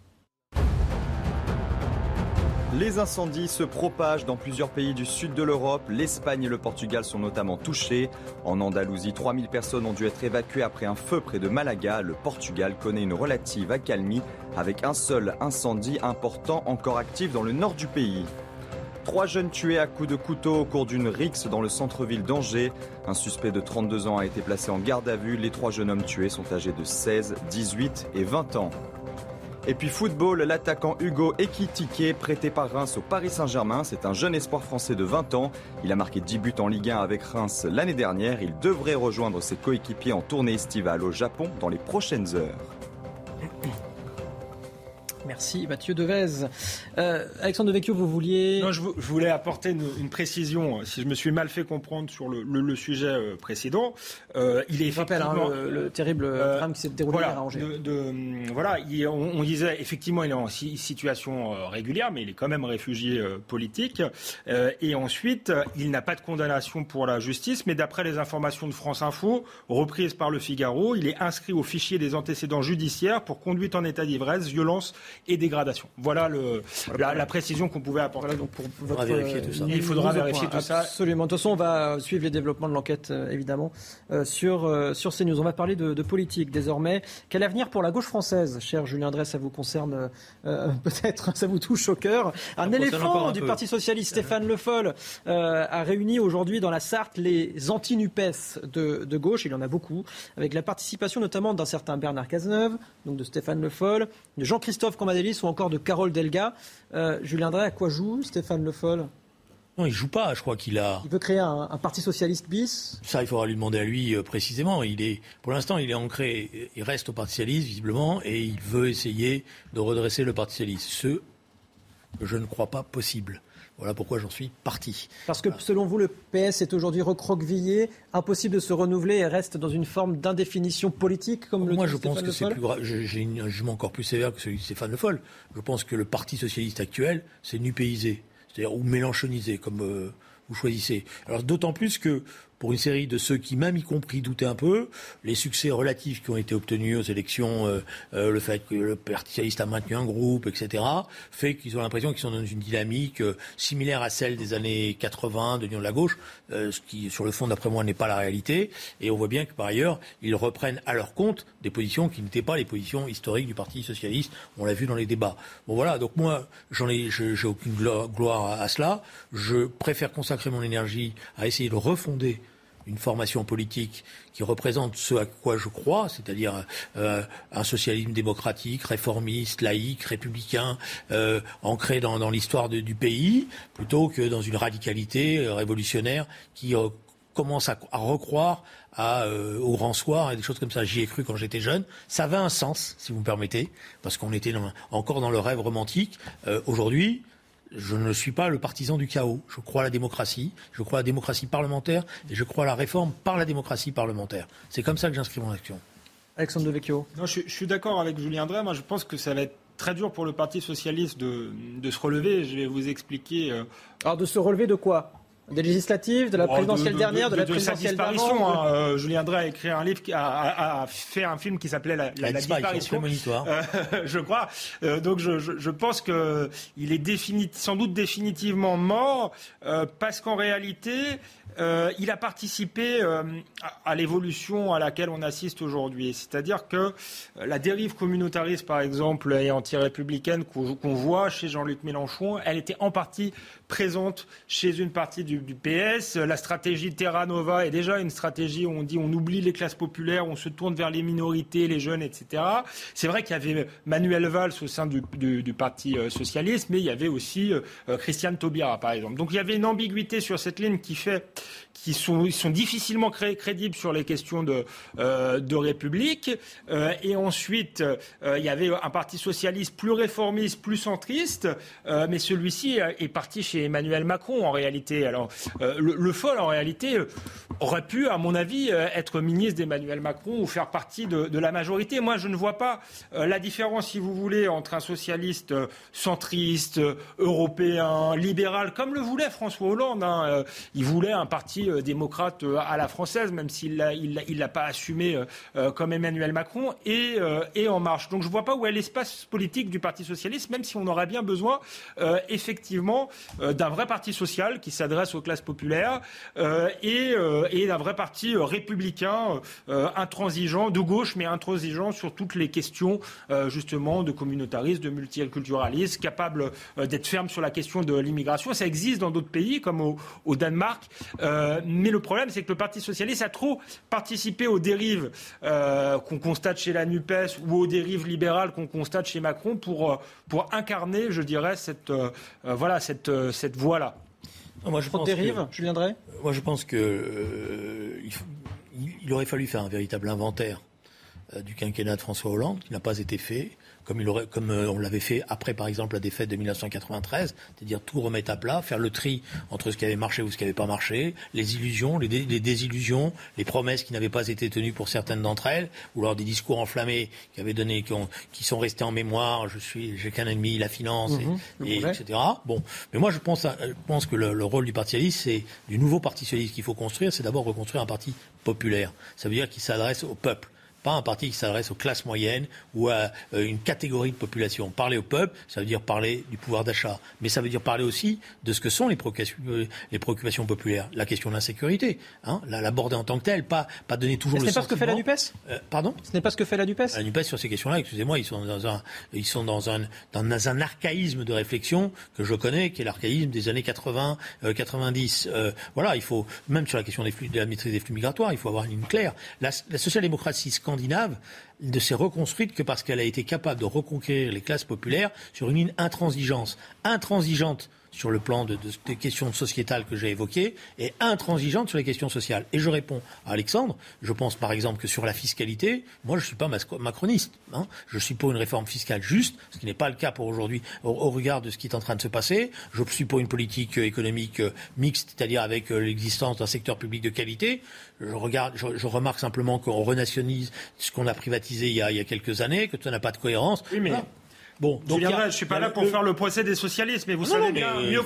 Les incendies se propagent dans plusieurs pays du sud de l'Europe. L'Espagne et le Portugal sont notamment touchés. En Andalousie, 3000 personnes ont dû être évacuées après un feu près de Malaga. Le Portugal connaît une relative accalmie avec un seul incendie important encore actif dans le nord du pays. 3 jeunes tués à coups de couteau au cours d'une rixe dans le centre-ville d'Angers. Un suspect de 32 ans a été placé en garde à vue. Les 3 jeunes hommes tués sont âgés de 16, 18 et 20 ans. Et puis football, l'attaquant Hugo Ekitike, prêté par Reims au Paris Saint-Germain. C'est un jeune espoir français de 20 ans. Il a marqué 10 buts en Ligue 1 avec Reims l'année dernière. Il devrait rejoindre ses coéquipiers en tournée estivale au Japon dans les prochaines heures. Merci Mathieu Devez. Alexandre Devecchio, vous vouliez... Non, je voulais apporter une précision, si je me suis mal fait comprendre sur le sujet précédent. Il est effectivement... le terrible drame qui s'est déroulé à Angers. On disait effectivement il est en situation régulière, mais il est quand même réfugié politique. Et ensuite, il n'a pas de condamnation pour la justice, mais d'après les informations de France Info, reprises par Le Figaro, il est inscrit au fichier des antécédents judiciaires pour conduite en état d'ivresse, violence et dégradation. Voilà la précision qu'on pouvait apporter. Donc pour il faudra vérifier tout ça. Absolument. De toute façon, on va suivre les développements de l'enquête, évidemment, sur CNews. On va parler de politique désormais. Quel avenir pour la gauche française, cher Julien Drey, ça vous concerne peut-être, ça vous touche au cœur. Un éléphant du Parti socialiste, Stéphane Le Foll, a réuni aujourd'hui dans la Sarthe les anti-NUPES de gauche. Il y en a beaucoup, avec la participation notamment d'un certain Bernard Cazeneuve, donc de Stéphane Le Foll, de Jean-Christophe Cambadélis ou encore de Carole Delga. Julien Drey, à quoi joue Stéphane Le Foll ? Non, il joue pas. Je crois qu'il a... Il veut créer un parti socialiste bis. Ça, il faudra lui demander à lui précisément. Pour l'instant, il est ancré, il reste au Parti socialiste, visiblement, et il veut essayer de redresser le Parti socialiste. Ce que je ne crois pas possible. Voilà pourquoi j'en suis parti. Parce que selon vous, le PS est aujourd'hui recroquevillé, impossible de se renouveler et reste dans une forme d'indéfinition politique, comme le dit Stéphane Le Foll. Moi, je pense que c'est plus grave. J'ai un jugement encore plus sévère que celui de Stéphane Le Foll. Je pense que le Parti socialiste actuel, c'est nupéisé, c'est-à-dire ou mélenchonisé, comme vous choisissez. Alors d'autant plus que pour une série de ceux qui, même y compris, doutaient un peu, les succès relatifs qui ont été obtenus aux élections, le fait que le Parti socialiste a maintenu un groupe, etc., fait qu'ils ont l'impression qu'ils sont dans une dynamique similaire à celle des années 80 de l'Union de la gauche, ce qui, sur le fond, d'après moi, n'est pas la réalité. Et on voit bien que, par ailleurs, ils reprennent à leur compte des positions qui n'étaient pas les positions historiques du Parti socialiste. On l'a vu dans les débats. Bon, voilà. Donc moi, j'ai aucune gloire à cela. Je préfère consacrer mon énergie à essayer de refonder une formation politique qui représente ce à quoi je crois, c'est-à-dire un socialisme démocratique, réformiste, laïque, républicain, ancré dans l'histoire du pays, plutôt que dans une radicalité révolutionnaire qui commence à recroire au grand soir et des choses comme ça. J'y ai cru quand j'étais jeune. Ça avait un sens, si vous me permettez, parce qu'on était encore dans le rêve romantique. Aujourd'hui, je ne suis pas le partisan du chaos. Je crois à la démocratie, je crois à la démocratie parlementaire et je crois à la réforme par la démocratie parlementaire. C'est comme ça que j'inscris mon action. Alexandre Devecchio. Non, je suis d'accord avec Julien Drey. Moi, je pense que ça va être très dur pour le Parti socialiste de se relever. Je vais vous expliquer. Alors, de se relever de quoi ? Des législatives, de la présidentielle dernière, de la présidentielle d'avant. De sa disparition. Julien Drey a écrit un livre, a fait un film qui s'appelait La disparition. Je crois. Donc je pense que il est sans doute définitivement mort parce qu'en réalité, il a participé à l'évolution à laquelle on assiste aujourd'hui. C'est-à-dire que la dérive communautariste, par exemple, et anti-républicaine qu'on voit chez Jean-Luc Mélenchon, elle était en partie présente chez une partie du PS. La stratégie Terra Nova est déjà une stratégie où on dit on oublie les classes populaires, on se tourne vers les minorités, les jeunes, etc. C'est vrai qu'il y avait Manuel Valls au sein du Parti socialiste, mais il y avait aussi Christiane Taubira, par exemple. Donc il y avait une ambiguïté sur cette ligne qui fait qu'ils sont difficilement crédibles sur les questions de République. Et ensuite, il y avait un parti socialiste plus réformiste, plus centriste, mais celui-ci est parti chez Emmanuel Macron, en réalité. Alors, le Foll, en réalité, aurait pu, à mon avis, être ministre d'Emmanuel Macron ou faire partie de la majorité. Moi, je ne vois pas la différence, si vous voulez, entre un socialiste centriste, européen, libéral, comme le voulait François Hollande. Il voulait un parti démocrate à la française, même s'il l'a pas assumé comme Emmanuel Macron, et En Marche. Donc je ne vois pas où est l'espace politique du Parti socialiste, même si on aurait bien besoin, effectivement, d'un vrai parti social qui s'adresse aux classes populaires et d'un vrai parti républicain, intransigeant, de gauche, mais intransigeant sur toutes les questions, justement, de communautarisme, de multiculturalisme, capable d'être ferme sur la question de l'immigration. Ça existe dans d'autres pays, comme au Danemark. Mais le problème, c'est que le Parti socialiste a trop participé aux dérives qu'on constate chez la NUPES ou aux dérives libérales qu'on constate chez Macron pour incarner, je dirais, cette voie-là. Moi, je pense dérive, Julien Drey ? Moi, je pense qu'il aurait fallu faire un véritable inventaire du quinquennat de François Hollande, qui n'a pas été fait, comme on l'avait fait après, par exemple, la défaite de 1993, c'est-à-dire tout remettre à plat, faire le tri entre ce qui avait marché ou ce qui n'avait pas marché, les illusions, les désillusions, les promesses qui n'avaient pas été tenues pour certaines d'entre elles, ou alors des discours enflammés qui sont restés en mémoire. J'ai qu'un ennemi, la finance, etc. Bon, mais moi je pense que le rôle du Parti socialiste, c'est du nouveau Parti socialiste qu'il faut construire, c'est d'abord reconstruire un parti populaire. Ça veut dire qu'il s'adresse au peuple. Pas un parti qui s'adresse aux classes moyennes ou à une catégorie de population. Parler au peuple, ça veut dire parler du pouvoir d'achat. Mais ça veut dire parler aussi de ce que sont les préoccupations populaires. La question de l'insécurité, l'aborder en tant que telle, pas donner toujours le sentiment. Ce n'est pas ce que fait la NUPES ? Pardon ? Ce n'est pas ce que fait la NUPES ? La NUPES, sur ces questions-là, excusez-moi, ils sont dans un archaïsme de réflexion que je connais, qui est l'archaïsme des années 80, 90. Voilà, il faut, même sur la question de la maîtrise des flux migratoires, il faut avoir une ligne claire. La social-démocratie scandinave ne s'est reconstruite que parce qu'elle a été capable de reconquérir les classes populaires sur une ligne intransigeante sur le plan des questions sociétales que j'ai évoquées et intransigeante sur les questions sociales. Et je réponds à Alexandre, je pense par exemple que sur la fiscalité, moi je ne suis pas macroniste. Je suis pour une réforme fiscale juste, ce qui n'est pas le cas pour aujourd'hui au regard de ce qui est en train de se passer. Je suis pour une politique économique mixte, c'est-à-dire avec l'existence d'un secteur public de qualité. Je remarque simplement qu'on renationalise ce qu'on a privatisé il y a quelques années, que ça n'a pas de cohérence. Oui, mais... Bon, donc je ne suis pas là pour faire le procès des socialistes, mais vous savez mieux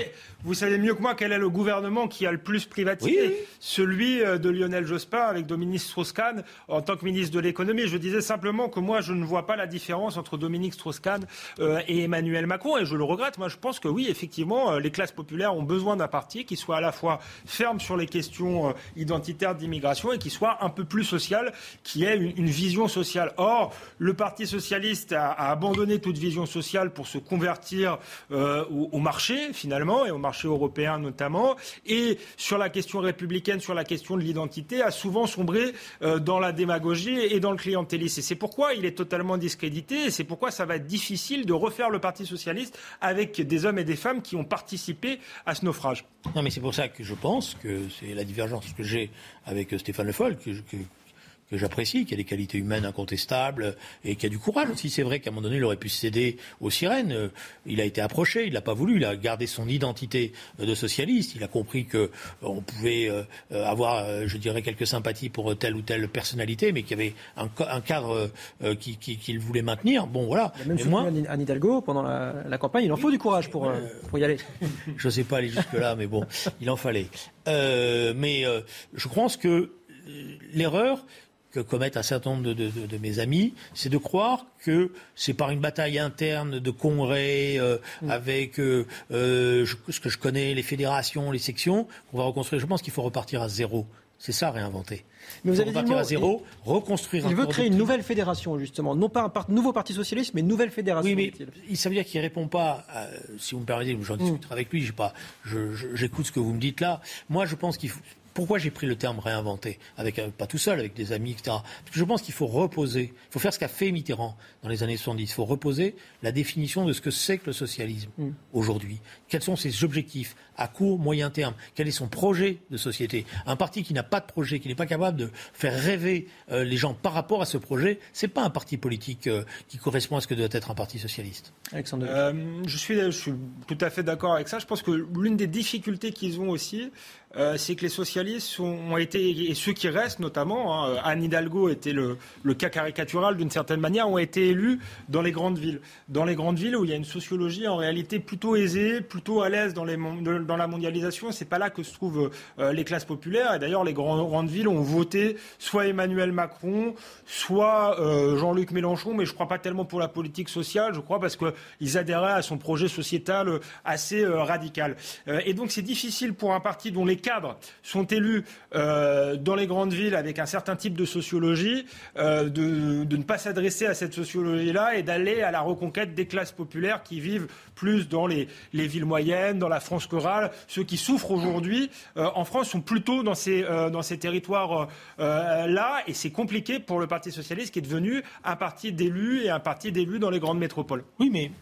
que moi quel est le gouvernement qui a le plus privatisé. Oui. Celui de Lionel Jospin avec Dominique Strauss-Kahn en tant que ministre de l'économie. Je disais simplement que moi je ne vois pas la différence entre Dominique Strauss-Kahn et Emmanuel Macron, et je le regrette. Moi je pense que oui, effectivement, les classes populaires ont besoin d'un parti qui soit à la fois ferme sur les questions identitaires d'immigration et qui soit un peu plus social, qui ait une vision sociale. Or, le Parti socialiste a abandonné toute vision sociale pour se convertir au marché, finalement, et au marché européen notamment. Et sur la question républicaine, sur la question de l'identité, a souvent sombré dans la démagogie et dans le clientélisme. Et c'est pourquoi il est totalement discrédité, et c'est pourquoi ça va être difficile de refaire le Parti socialiste avec des hommes et des femmes qui ont participé à ce naufrage. Non, mais c'est pour ça que je pense que c'est la divergence que j'ai avec Stéphane Le Foll, que j'apprécie, qui a des qualités humaines incontestables et qui a du courage aussi. C'est vrai qu'à un moment donné, il aurait pu céder aux sirènes. Il a été approché, il n'a pas voulu. Il a gardé son identité de socialiste. Il a compris qu'on pouvait avoir, je dirais, quelques sympathies pour telle ou telle personnalité, mais qu'il y avait un cadre qu'il voulait maintenir. Bon, voilà. Il a même soutenu Anne Hidalgo pendant la campagne. Il en faut du courage pour y aller. Je ne sais pas aller jusque-là, mais bon, il en fallait. Mais je pense que l'erreur que commettent un certain nombre de mes amis, c'est de croire que c'est par une bataille interne de congrès avec ce que je connais, les fédérations, les sections, qu'on va reconstruire. Je pense qu'il faut repartir à zéro. C'est ça, réinventer. Mais vous avez repartir à zéro, reconstruire. Il veut créer une nouvelle fédération, justement. Non pas un nouveau parti socialiste, mais une nouvelle fédération. Oui, mais ça veut dire qu'il ne répond pas, si vous me permettez, j'en discuterai avec lui, j'écoute ce que vous me dites là. Moi, je pense qu'il faut... Pourquoi j'ai pris le terme réinventer, pas tout seul, avec des amis, etc. Parce que je pense qu'il faut reposer, il faut faire ce qu'a fait Mitterrand dans les années 70, il faut reposer la définition de ce que c'est que le socialisme aujourd'hui. Quels sont ses objectifs à court, moyen terme? Quel est son projet de société? Un parti qui n'a pas de projet, qui n'est pas capable de faire rêver les gens par rapport à ce projet, c'est pas un parti politique qui correspond à ce que doit être un parti socialiste. Alexandre, je suis tout à fait d'accord avec ça. Je pense que l'une des difficultés qu'ils ont aussi, c'est que les socialistes ont été, et ceux qui restent notamment, Anne Hidalgo était le cas caricatural d'une certaine manière, ont été élus dans les grandes villes. Dans les grandes villes où il y a une sociologie en réalité plutôt aisée, plutôt à l'aise dans la mondialisation. C'est pas là que se trouvent les classes populaires. Et d'ailleurs, les grandes villes ont voté soit Emmanuel Macron, soit Jean-Luc Mélenchon, mais je crois pas tellement pour la politique sociale, je crois parce qu'ils adhéraient à son projet sociétal assez radical. Et donc c'est difficile pour un parti dont les cadres sont élus dans les grandes villes avec un certain type de sociologie, de ne pas s'adresser à cette sociologie-là et d'aller à la reconquête des classes populaires qui vivent plus dans les villes moyennes, dans la France rurale. Ceux qui souffrent aujourd'hui en France sont plutôt dans ces territoires-là, et c'est compliqué pour le Parti socialiste qui est devenu un parti d'élus et un parti d'élus dans les grandes métropoles. Oui, mais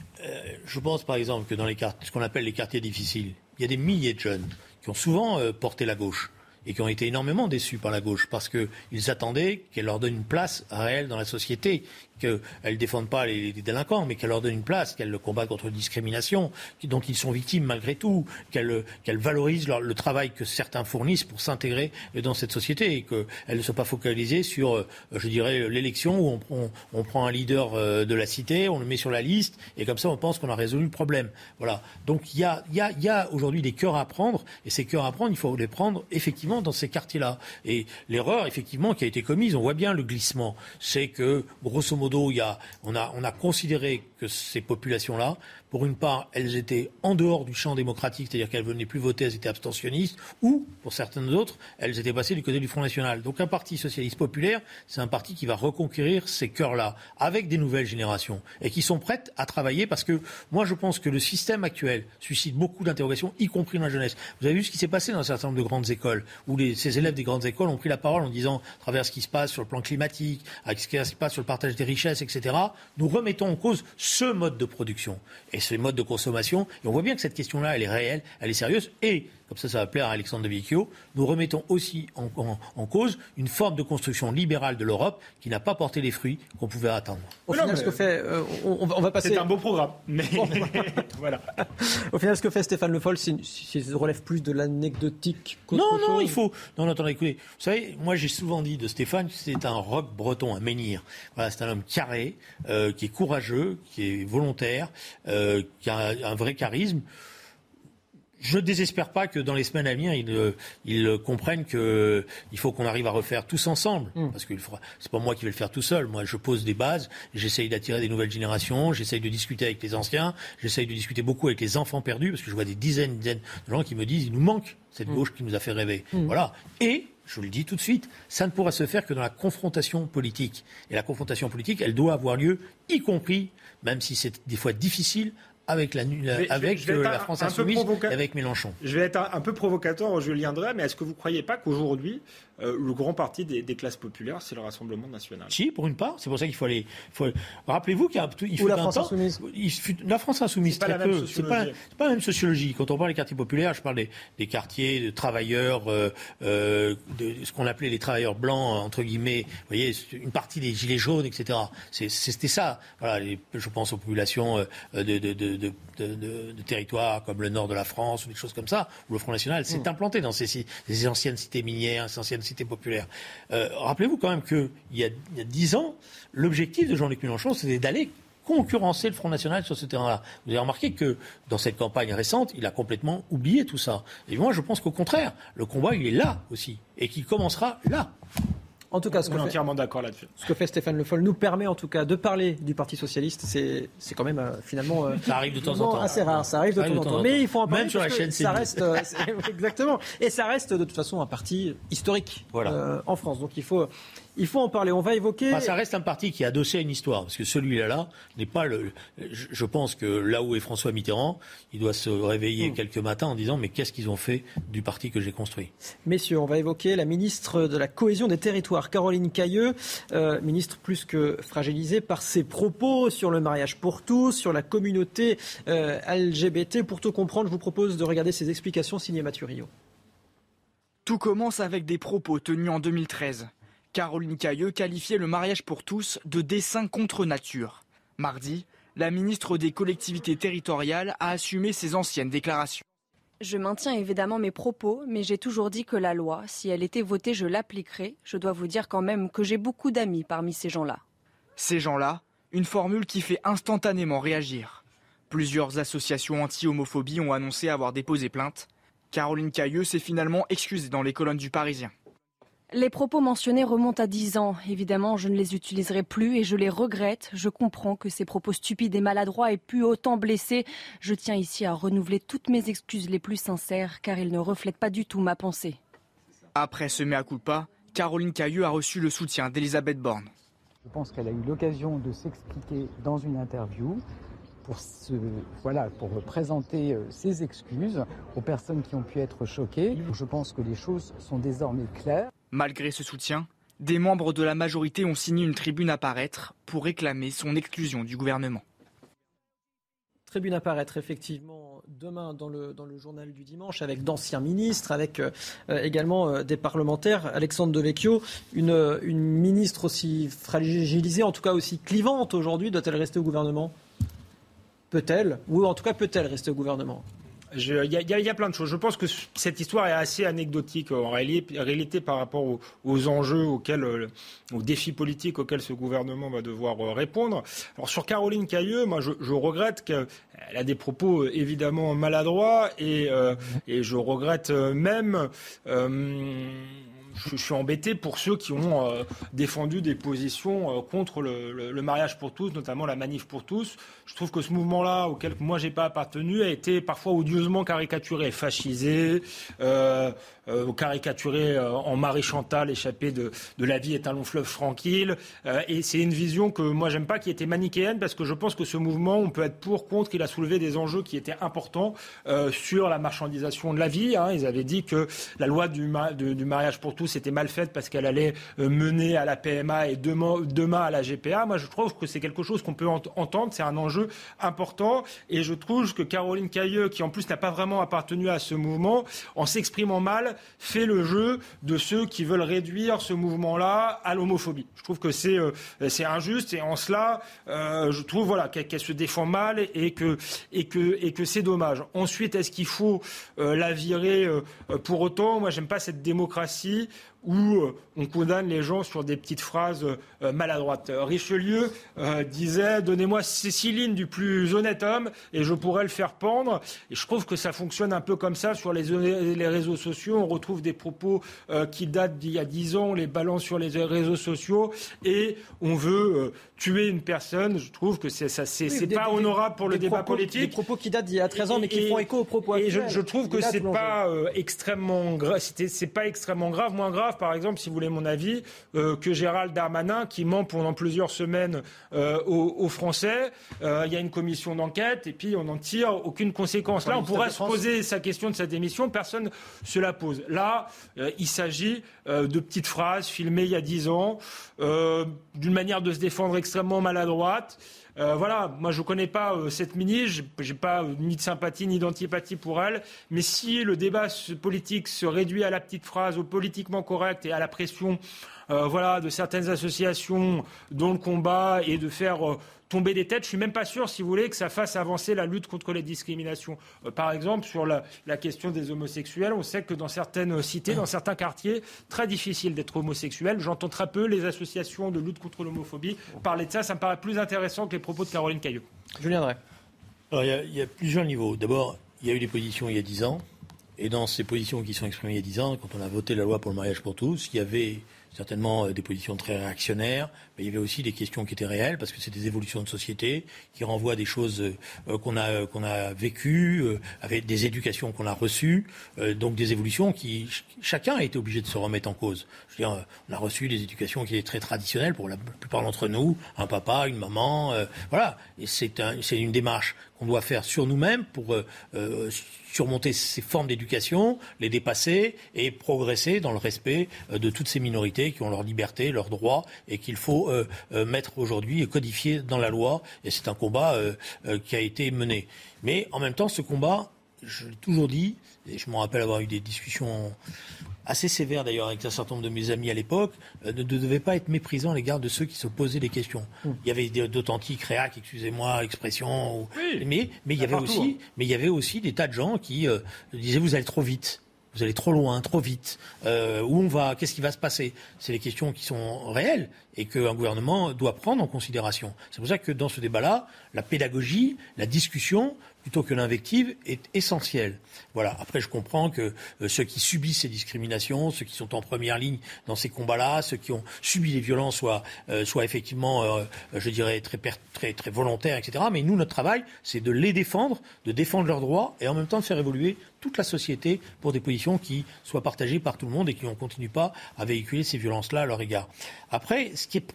je pense par exemple que dans ce qu'on appelle les quartiers difficiles, il y a des milliers de jeunes qui ont souvent porté la gauche et qui ont été énormément déçus par la gauche parce qu'ils attendaient qu'elle leur donne une place réelle dans la société, qu'elle ne défende pas les délinquants, mais qu'elle leur donne une place, qu'elle combatte contre la discrimination, dont ils sont victimes malgré tout, qu'elle valorise le travail que certains fournissent pour s'intégrer dans cette société et qu'elle ne soit pas focalisée sur, je dirais, l'élection où on prend un leader de la cité, on le met sur la liste et comme ça on pense qu'on a résolu le problème. Voilà. Donc il y a aujourd'hui des cœurs à prendre, et ces cœurs à prendre, il faut les prendre effectivement dans ces quartiers-là. Et l'erreur effectivement qui a été commise, on voit bien le glissement, c'est que grosso modo on a considéré que ces populations-là, pour une part, elles étaient en dehors du champ démocratique, c'est-à-dire qu'elles ne venaient plus voter, elles étaient abstentionnistes, ou, pour certaines autres, elles étaient passées du côté du Front National. Donc un parti socialiste populaire, c'est un parti qui va reconquérir ces cœurs-là, avec des nouvelles générations, et qui sont prêtes à travailler, parce que moi je pense que le système actuel suscite beaucoup d'interrogations, y compris dans la jeunesse. Vous avez vu ce qui s'est passé dans un certain nombre de grandes écoles, où ces élèves des grandes écoles ont pris la parole en disant, à travers ce qui se passe sur le plan climatique, avec ce qui se passe sur le partage des richesses, etc., nous remettons en cause ce mode de production et ce mode de consommation. Et on voit bien que cette question-là, elle est réelle, elle est sérieuse. Et, comme ça va plaire à Alexandre de Vicchio, nous remettons aussi en cause une forme de construction libérale de l'Europe qui n'a pas porté les fruits qu'on pouvait attendre. Au final, ce que fait, on va passer. C'est un beau programme, mais voilà. Au final, ce que fait Stéphane Le Foll, ça relève plus de l'anecdotique qu'autre chose. Non, il faut. Non, attendez, écoutez. Vous savez, moi, j'ai souvent dit de Stéphane, c'est un roc breton, un menhir. Voilà, c'est un homme carré, qui est courageux, qui est volontaire, qui a un vrai charisme. Je ne désespère pas que dans les semaines à venir, ils comprennent qu'il faut qu'on arrive à refaire tous ensemble. Parce que c'est pas moi qui vais le faire tout seul. Moi, je pose des bases, j'essaye d'attirer des nouvelles générations, j'essaye de discuter avec les anciens, j'essaye de discuter beaucoup avec les enfants perdus, parce que je vois des dizaines de gens qui me disent il nous manque cette gauche qui nous a fait rêver. Voilà. Et, je vous le dis tout de suite, ça ne pourra se faire que dans la confrontation politique. Et la confrontation politique, elle doit avoir lieu, y compris, même si c'est des fois difficile, avec la France insoumise et avec Mélenchon. Je vais être un peu provocateur, Julien Drey, mais est-ce que vous ne croyez pas qu'aujourd'hui, le grand parti des classes populaires, c'est le Rassemblement national? Si, pour une part. C'est pour ça qu'il faut aller... Rappelez-vous qu'il y a la France insoumise. La France insoumise, très peu. C'est pas la même sociologie. Quand on parle des quartiers populaires, je parle des quartiers de travailleurs, de ce qu'on appelait les travailleurs blancs, entre guillemets. Vous voyez, une partie des gilets jaunes, etc. C'était ça. Voilà, je pense aux populations de territoires comme le nord de la France ou des choses comme ça, où le Front National s'est implanté dans ces anciennes cités minières, ces anciennes cités populaires. Rappelez-vous quand même qu'il y a 10 ans, l'objectif de Jean-Luc Mélenchon, c'était d'aller concurrencer le Front National sur ce terrain-là. Vous avez remarqué que dans cette campagne récente, il a complètement oublié tout ça. Et moi, je pense qu'au contraire, le combat, il est là aussi, et qu'il commencera là. En tout cas, on est entièrement d'accord là-dessus. Ce que fait Stéphane Le Foll nous permet en tout cas de parler du Parti socialiste. C'est quand même finalement ça arrive de temps en temps. Assez rare. Ça arrive de temps en temps. Mais il faut en parler même sur la chaîne. Ça reste exactement. Et ça reste de toute façon un parti historique en France. Donc il faut en parler. On va évoquer. Ça reste un parti qui est adossé à une histoire, parce que celui-là n'est pas le. Je pense que là où est François Mitterrand, il doit se réveiller quelques matins en disant mais qu'est-ce qu'ils ont fait du parti que j'ai construit. Messieurs, on va évoquer la ministre de la Cohésion des Territoires, Caroline Cayeux, ministre plus que fragilisée par ses propos sur le mariage pour tous, sur la communauté LGBT. Pour tout comprendre, je vous propose de regarder ses explications signées Mathieu Rio. Tout commence avec des propos tenus en 2013. Caroline Cayeux qualifiait le mariage pour tous de dessein contre nature. Mardi, la ministre des collectivités territoriales a assumé ses anciennes déclarations. Je maintiens évidemment mes propos, mais j'ai toujours dit que la loi, si elle était votée, je l'appliquerais. Je dois vous dire quand même que j'ai beaucoup d'amis parmi ces gens-là. Ces gens-là, une formule qui fait instantanément réagir. Plusieurs associations anti-homophobie ont annoncé avoir déposé plainte. Caroline Cayeux s'est finalement excusée dans les colonnes du Parisien. Les propos mentionnés remontent à 10 ans. Évidemment, je ne les utiliserai plus et je les regrette. Je comprends que ces propos stupides et maladroits aient pu autant blesser. Je tiens ici à renouveler toutes mes excuses les plus sincères car ils ne reflètent pas du tout ma pensée. Après ce mea culpa, Caroline Cayeux a reçu le soutien d'Elisabeth Borne. Je pense qu'elle a eu l'occasion de s'expliquer dans une interview pour présenter ses excuses aux personnes qui ont pu être choquées. Je pense que les choses sont désormais claires. Malgré ce soutien, des membres de la majorité ont signé une tribune à paraître pour réclamer son exclusion du gouvernement. Tribune à paraître effectivement demain dans le journal du dimanche avec d'anciens ministres, avec également des parlementaires. Alexandre Devecchio, une ministre aussi fragilisée, en tout cas aussi clivante aujourd'hui, doit-elle rester au gouvernement ? Peut-elle ? Ou en tout cas peut-elle rester au gouvernement ? Il y a plein de choses. Je pense que cette histoire est assez anecdotique en réalité par rapport aux enjeux aux défis politiques auxquels ce gouvernement va devoir répondre. Alors sur Caroline Cayeux, moi je regrette qu'elle a des propos évidemment maladroits et je regrette même. Je suis embêté pour ceux qui ont défendu des positions contre le mariage pour tous, notamment la manif pour tous. Je trouve que ce mouvement-là, auquel moi j'ai pas appartenu, a été parfois odieusement caricaturé, fascisé, caricaturé en Marie Chantal, échappée de la vie est un long fleuve tranquille. Et c'est une vision que moi j'aime pas, qui était manichéenne, parce que je pense que ce mouvement, on peut être pour, contre, qu'il a soulevé des enjeux qui étaient importants sur la marchandisation de la vie. Ils avaient dit que la loi du mariage pour tous était mal faite parce qu'elle allait mener à la PMA et demain à la GPA. Moi, je trouve que c'est quelque chose qu'on peut entendre. C'est un enjeu important. Et je trouve que Caroline Cayeux, qui en plus n'a pas vraiment appartenu à ce mouvement, en s'exprimant mal, fait le jeu de ceux qui veulent réduire ce mouvement-là à l'homophobie. Je trouve que c'est injuste. Et en cela, je trouve qu'elle se défend mal et que c'est dommage. Ensuite, est-ce qu'il faut la virer pour autant ? Moi, j'aime pas cette démocratie où on condamne les gens sur des petites phrases maladroites. Richelieu disait « Donnez-moi 6 lignes du plus honnête homme et je pourrais le faire pendre ». Et je trouve que ça fonctionne un peu comme ça sur les réseaux sociaux. On retrouve des propos qui datent d'il y a 10 ans, on les balance sur les réseaux sociaux et on veut tuer une personne. Je trouve que c'est pas honorable pour le débat politique. Des propos qui datent d'il y a 13 ans mais qui font écho aux propos actuels. Et je trouve que c'est pas extrêmement grave. C'est pas extrêmement grave, moins grave, par exemple, si vous voulez mon avis, que Gérald Darmanin qui ment pendant plusieurs semaines aux Français. Il y a une commission d'enquête et puis on n'en tire aucune conséquence. Là, on pourrait se poser sa question de cette émission, personne se la pose. Là, il s'agit de petites phrases filmées il y a 10 ans, d'une manière de se défendre extrêmement maladroite. Voilà, moi je ne connais pas cette ministre, j'ai pas ni de sympathie ni d'antipathie pour elle, mais si le débat politique se réduit à la petite phrase, au politiquement correct et à la pression de certaines associations dans le combat et de faire tomber des têtes, je ne suis même pas sûr, si vous voulez, que ça fasse avancer la lutte contre les discriminations. Par exemple, sur la question des homosexuels, on sait que dans certaines cités, dans certains quartiers, très difficile d'être homosexuel. J'entends très peu les associations de lutte contre l'homophobie parler de ça. Ça me paraît plus intéressant que les propos de Caroline Cayeux. Julien Drey. Alors, il y a plusieurs niveaux. D'abord, il y a eu des positions il y a 10 ans. Et dans ces positions qui sont exprimées il y a 10 ans, quand on a voté la loi pour le mariage pour tous, il y avait certainement des positions très réactionnaires, mais il y avait aussi des questions qui étaient réelles, parce que c'est des évolutions de société qui renvoient à des choses qu'on a vécues, avec des éducations qu'on a reçues, donc des évolutions qui chacun a été obligé de se remettre en cause. Je veux dire, on a reçu des éducations qui étaient très traditionnelles pour la plupart d'entre nous, un papa, une maman, voilà. Et c'est une démarche qu'on doit faire sur nous-mêmes pour surmonter ces formes d'éducation, les dépasser et progresser dans le respect de toutes ces minorités qui ont leur liberté, leurs droits et qu'il faut mettre aujourd'hui et codifier dans la loi. Et c'est un combat qui a été mené. Mais en même temps, ce combat, je l'ai toujours dit, et je me rappelle avoir eu des discussions assez sévères d'ailleurs avec un certain nombre de mes amis à l'époque, ne devait pas être méprisant à l'égard de ceux qui se posaient des questions. Il y avait d'authentiques réacs, excusez-moi l'expression, mais il y avait aussi des tas de gens qui disaient vous allez trop vite. Vous allez trop loin, trop vite. Où on va ? Qu'est-ce qui va se passer ? C'est des questions qui sont réelles et qu'un gouvernement doit prendre en considération. C'est pour ça que dans ce débat-là, la pédagogie, la discussion, plutôt que l'invective, est essentielle. Voilà. Après, je comprends que ceux qui subissent ces discriminations, ceux qui sont en première ligne dans ces combats-là, ceux qui ont subi les violences soient effectivement, je dirais, très volontaires, etc. Mais nous, notre travail, c'est de les défendre, de défendre leurs droits et en même temps de faire évoluer toute la société pour des positions qui soient partagées par tout le monde et qui ne continuent pas à véhiculer ces violences-là à leur égard. Après,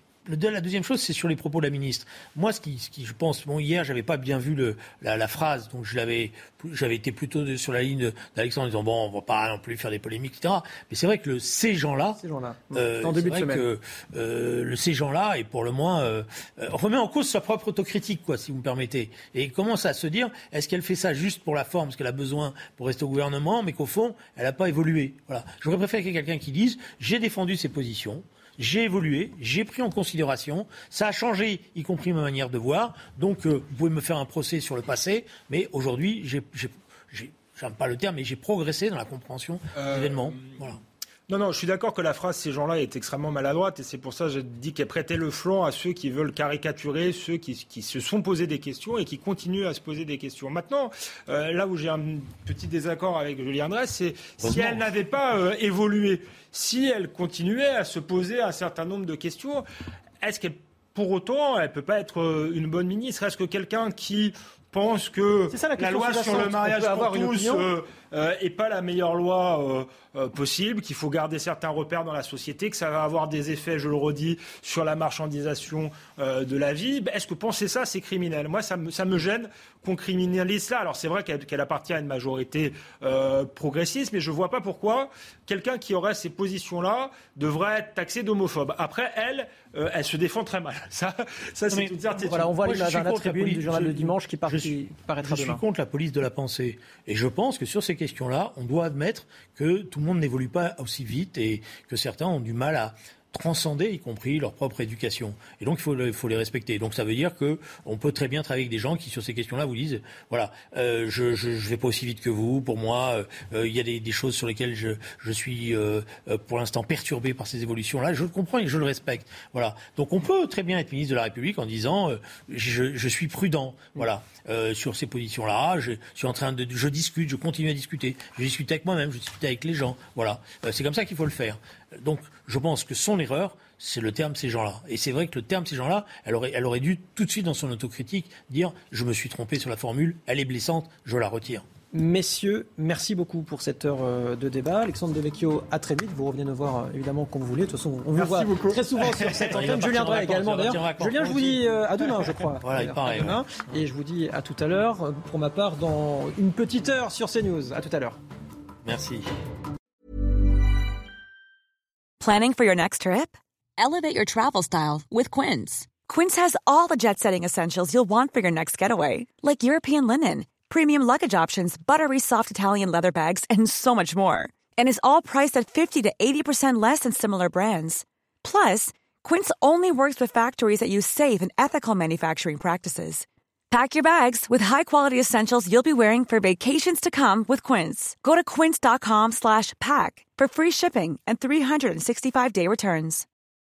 la deuxième chose, c'est sur les propos de la ministre. Moi, ce qui je pense, hier, j'avais pas bien vu la phrase, donc j'avais été plutôt sur la ligne d'Alexandre en disant bon, on va pas non plus faire des polémiques, etc. Mais c'est vrai que ces gens-là, en début de semaine, ces gens-là, et pour le moins, remet en cause sa propre autocritique, quoi, si vous me permettez, et commence à se dire, est-ce qu'elle fait ça juste pour la forme, parce qu'elle a besoin pour rester au gouvernement, mais qu'au fond, elle n'a pas évolué. Voilà. J'aurais préféré qu'il y ait quelqu'un qui dise, j'ai défendu ces positions. J'ai évolué, j'ai pris en considération, ça a changé, y compris ma manière de voir. Donc, vous pouvez me faire un procès sur le passé, mais aujourd'hui, j'aime pas le terme, mais j'ai progressé dans la compréhension des événements. Voilà. Non, je suis d'accord que la phrase « ces gens-là » est extrêmement maladroite et c'est pour ça que je dis qu'elle prêtait le flanc à ceux qui veulent caricaturer, ceux qui se sont posés des questions et qui continuent à se poser des questions. Maintenant, là où j'ai un petit désaccord avec Julien Drey, c'est si elle n'avait pas évolué, si elle continuait à se poser un certain nombre de questions, est-ce qu'elle, pour autant, elle ne peut pas être une bonne ministre ? Est-ce que quelqu'un qui pense que la loi sur le mariage pour tous n'est pas la meilleure loi possible, qu'il faut garder certains repères dans la société, que ça va avoir des effets, je le redis, sur la marchandisation de la vie. Est-ce que penser ça, c'est criminel ? Moi, ça me gêne qu'on criminalise ça. Alors, c'est vrai qu'elle appartient à une majorité progressiste, mais je ne vois pas pourquoi quelqu'un qui aurait ces positions-là devrait être taxé d'homophobe. Après, elle se défend très mal. Ça c'est toute certitude. Voilà, on voit l'image dans la tribune du journal de dimanche qui paraîtra demain. Je suis contre la police de la pensée. Et je pense que sur ces questions-là, on doit admettre que tout le monde n'évolue pas aussi vite et que certains ont du mal transcender, y compris leur propre éducation. Et donc, il faut les respecter. Donc, ça veut dire qu'on peut très bien travailler avec des gens qui, sur ces questions-là, vous disent, voilà, je vais pas aussi vite que vous. Pour moi, il y a des choses sur lesquelles je suis, pour l'instant, perturbé par ces évolutions-là. Je le comprends et je le respecte. Voilà. Donc, on peut très bien être ministre de la République en disant, je suis prudent, voilà, sur ces positions-là. Je discute, je continue à discuter. Je discute avec moi-même, je discute avec les gens. Voilà. C'est comme ça qu'il faut le faire. Donc, je pense que son erreur, c'est le terme ces gens-là. Et c'est vrai que le terme ces gens-là, elle aurait dû tout de suite dans son autocritique dire « je me suis trompé sur la formule, elle est blessante, je la retire ». Messieurs, merci beaucoup pour cette heure de débat. Alexandre Devecchio, à très vite. Vous revenez nous voir évidemment quand vous voulez. De toute façon, on vous voit très souvent sur cette antenne. Julien Drey également d'ailleurs. Julien, je vous dis à demain, je crois. Voilà, il paraît. Demain. Et je vous dis à tout à l'heure, pour ma part, dans une petite heure sur CNews. À tout à l'heure. Merci. Planning for your next trip? Elevate your travel style with Quince. Quince has all the jet-setting essentials you'll want for your next getaway, like European linen, premium luggage options, buttery soft Italian leather bags, and so much more. And is all priced at 50 to 80% less than similar brands. Plus, Quince only works with factories that use safe and ethical manufacturing practices. Pack your bags with high-quality essentials you'll be wearing for vacations to come with Quince. Go to quince.com/pack for free shipping and 365-day returns.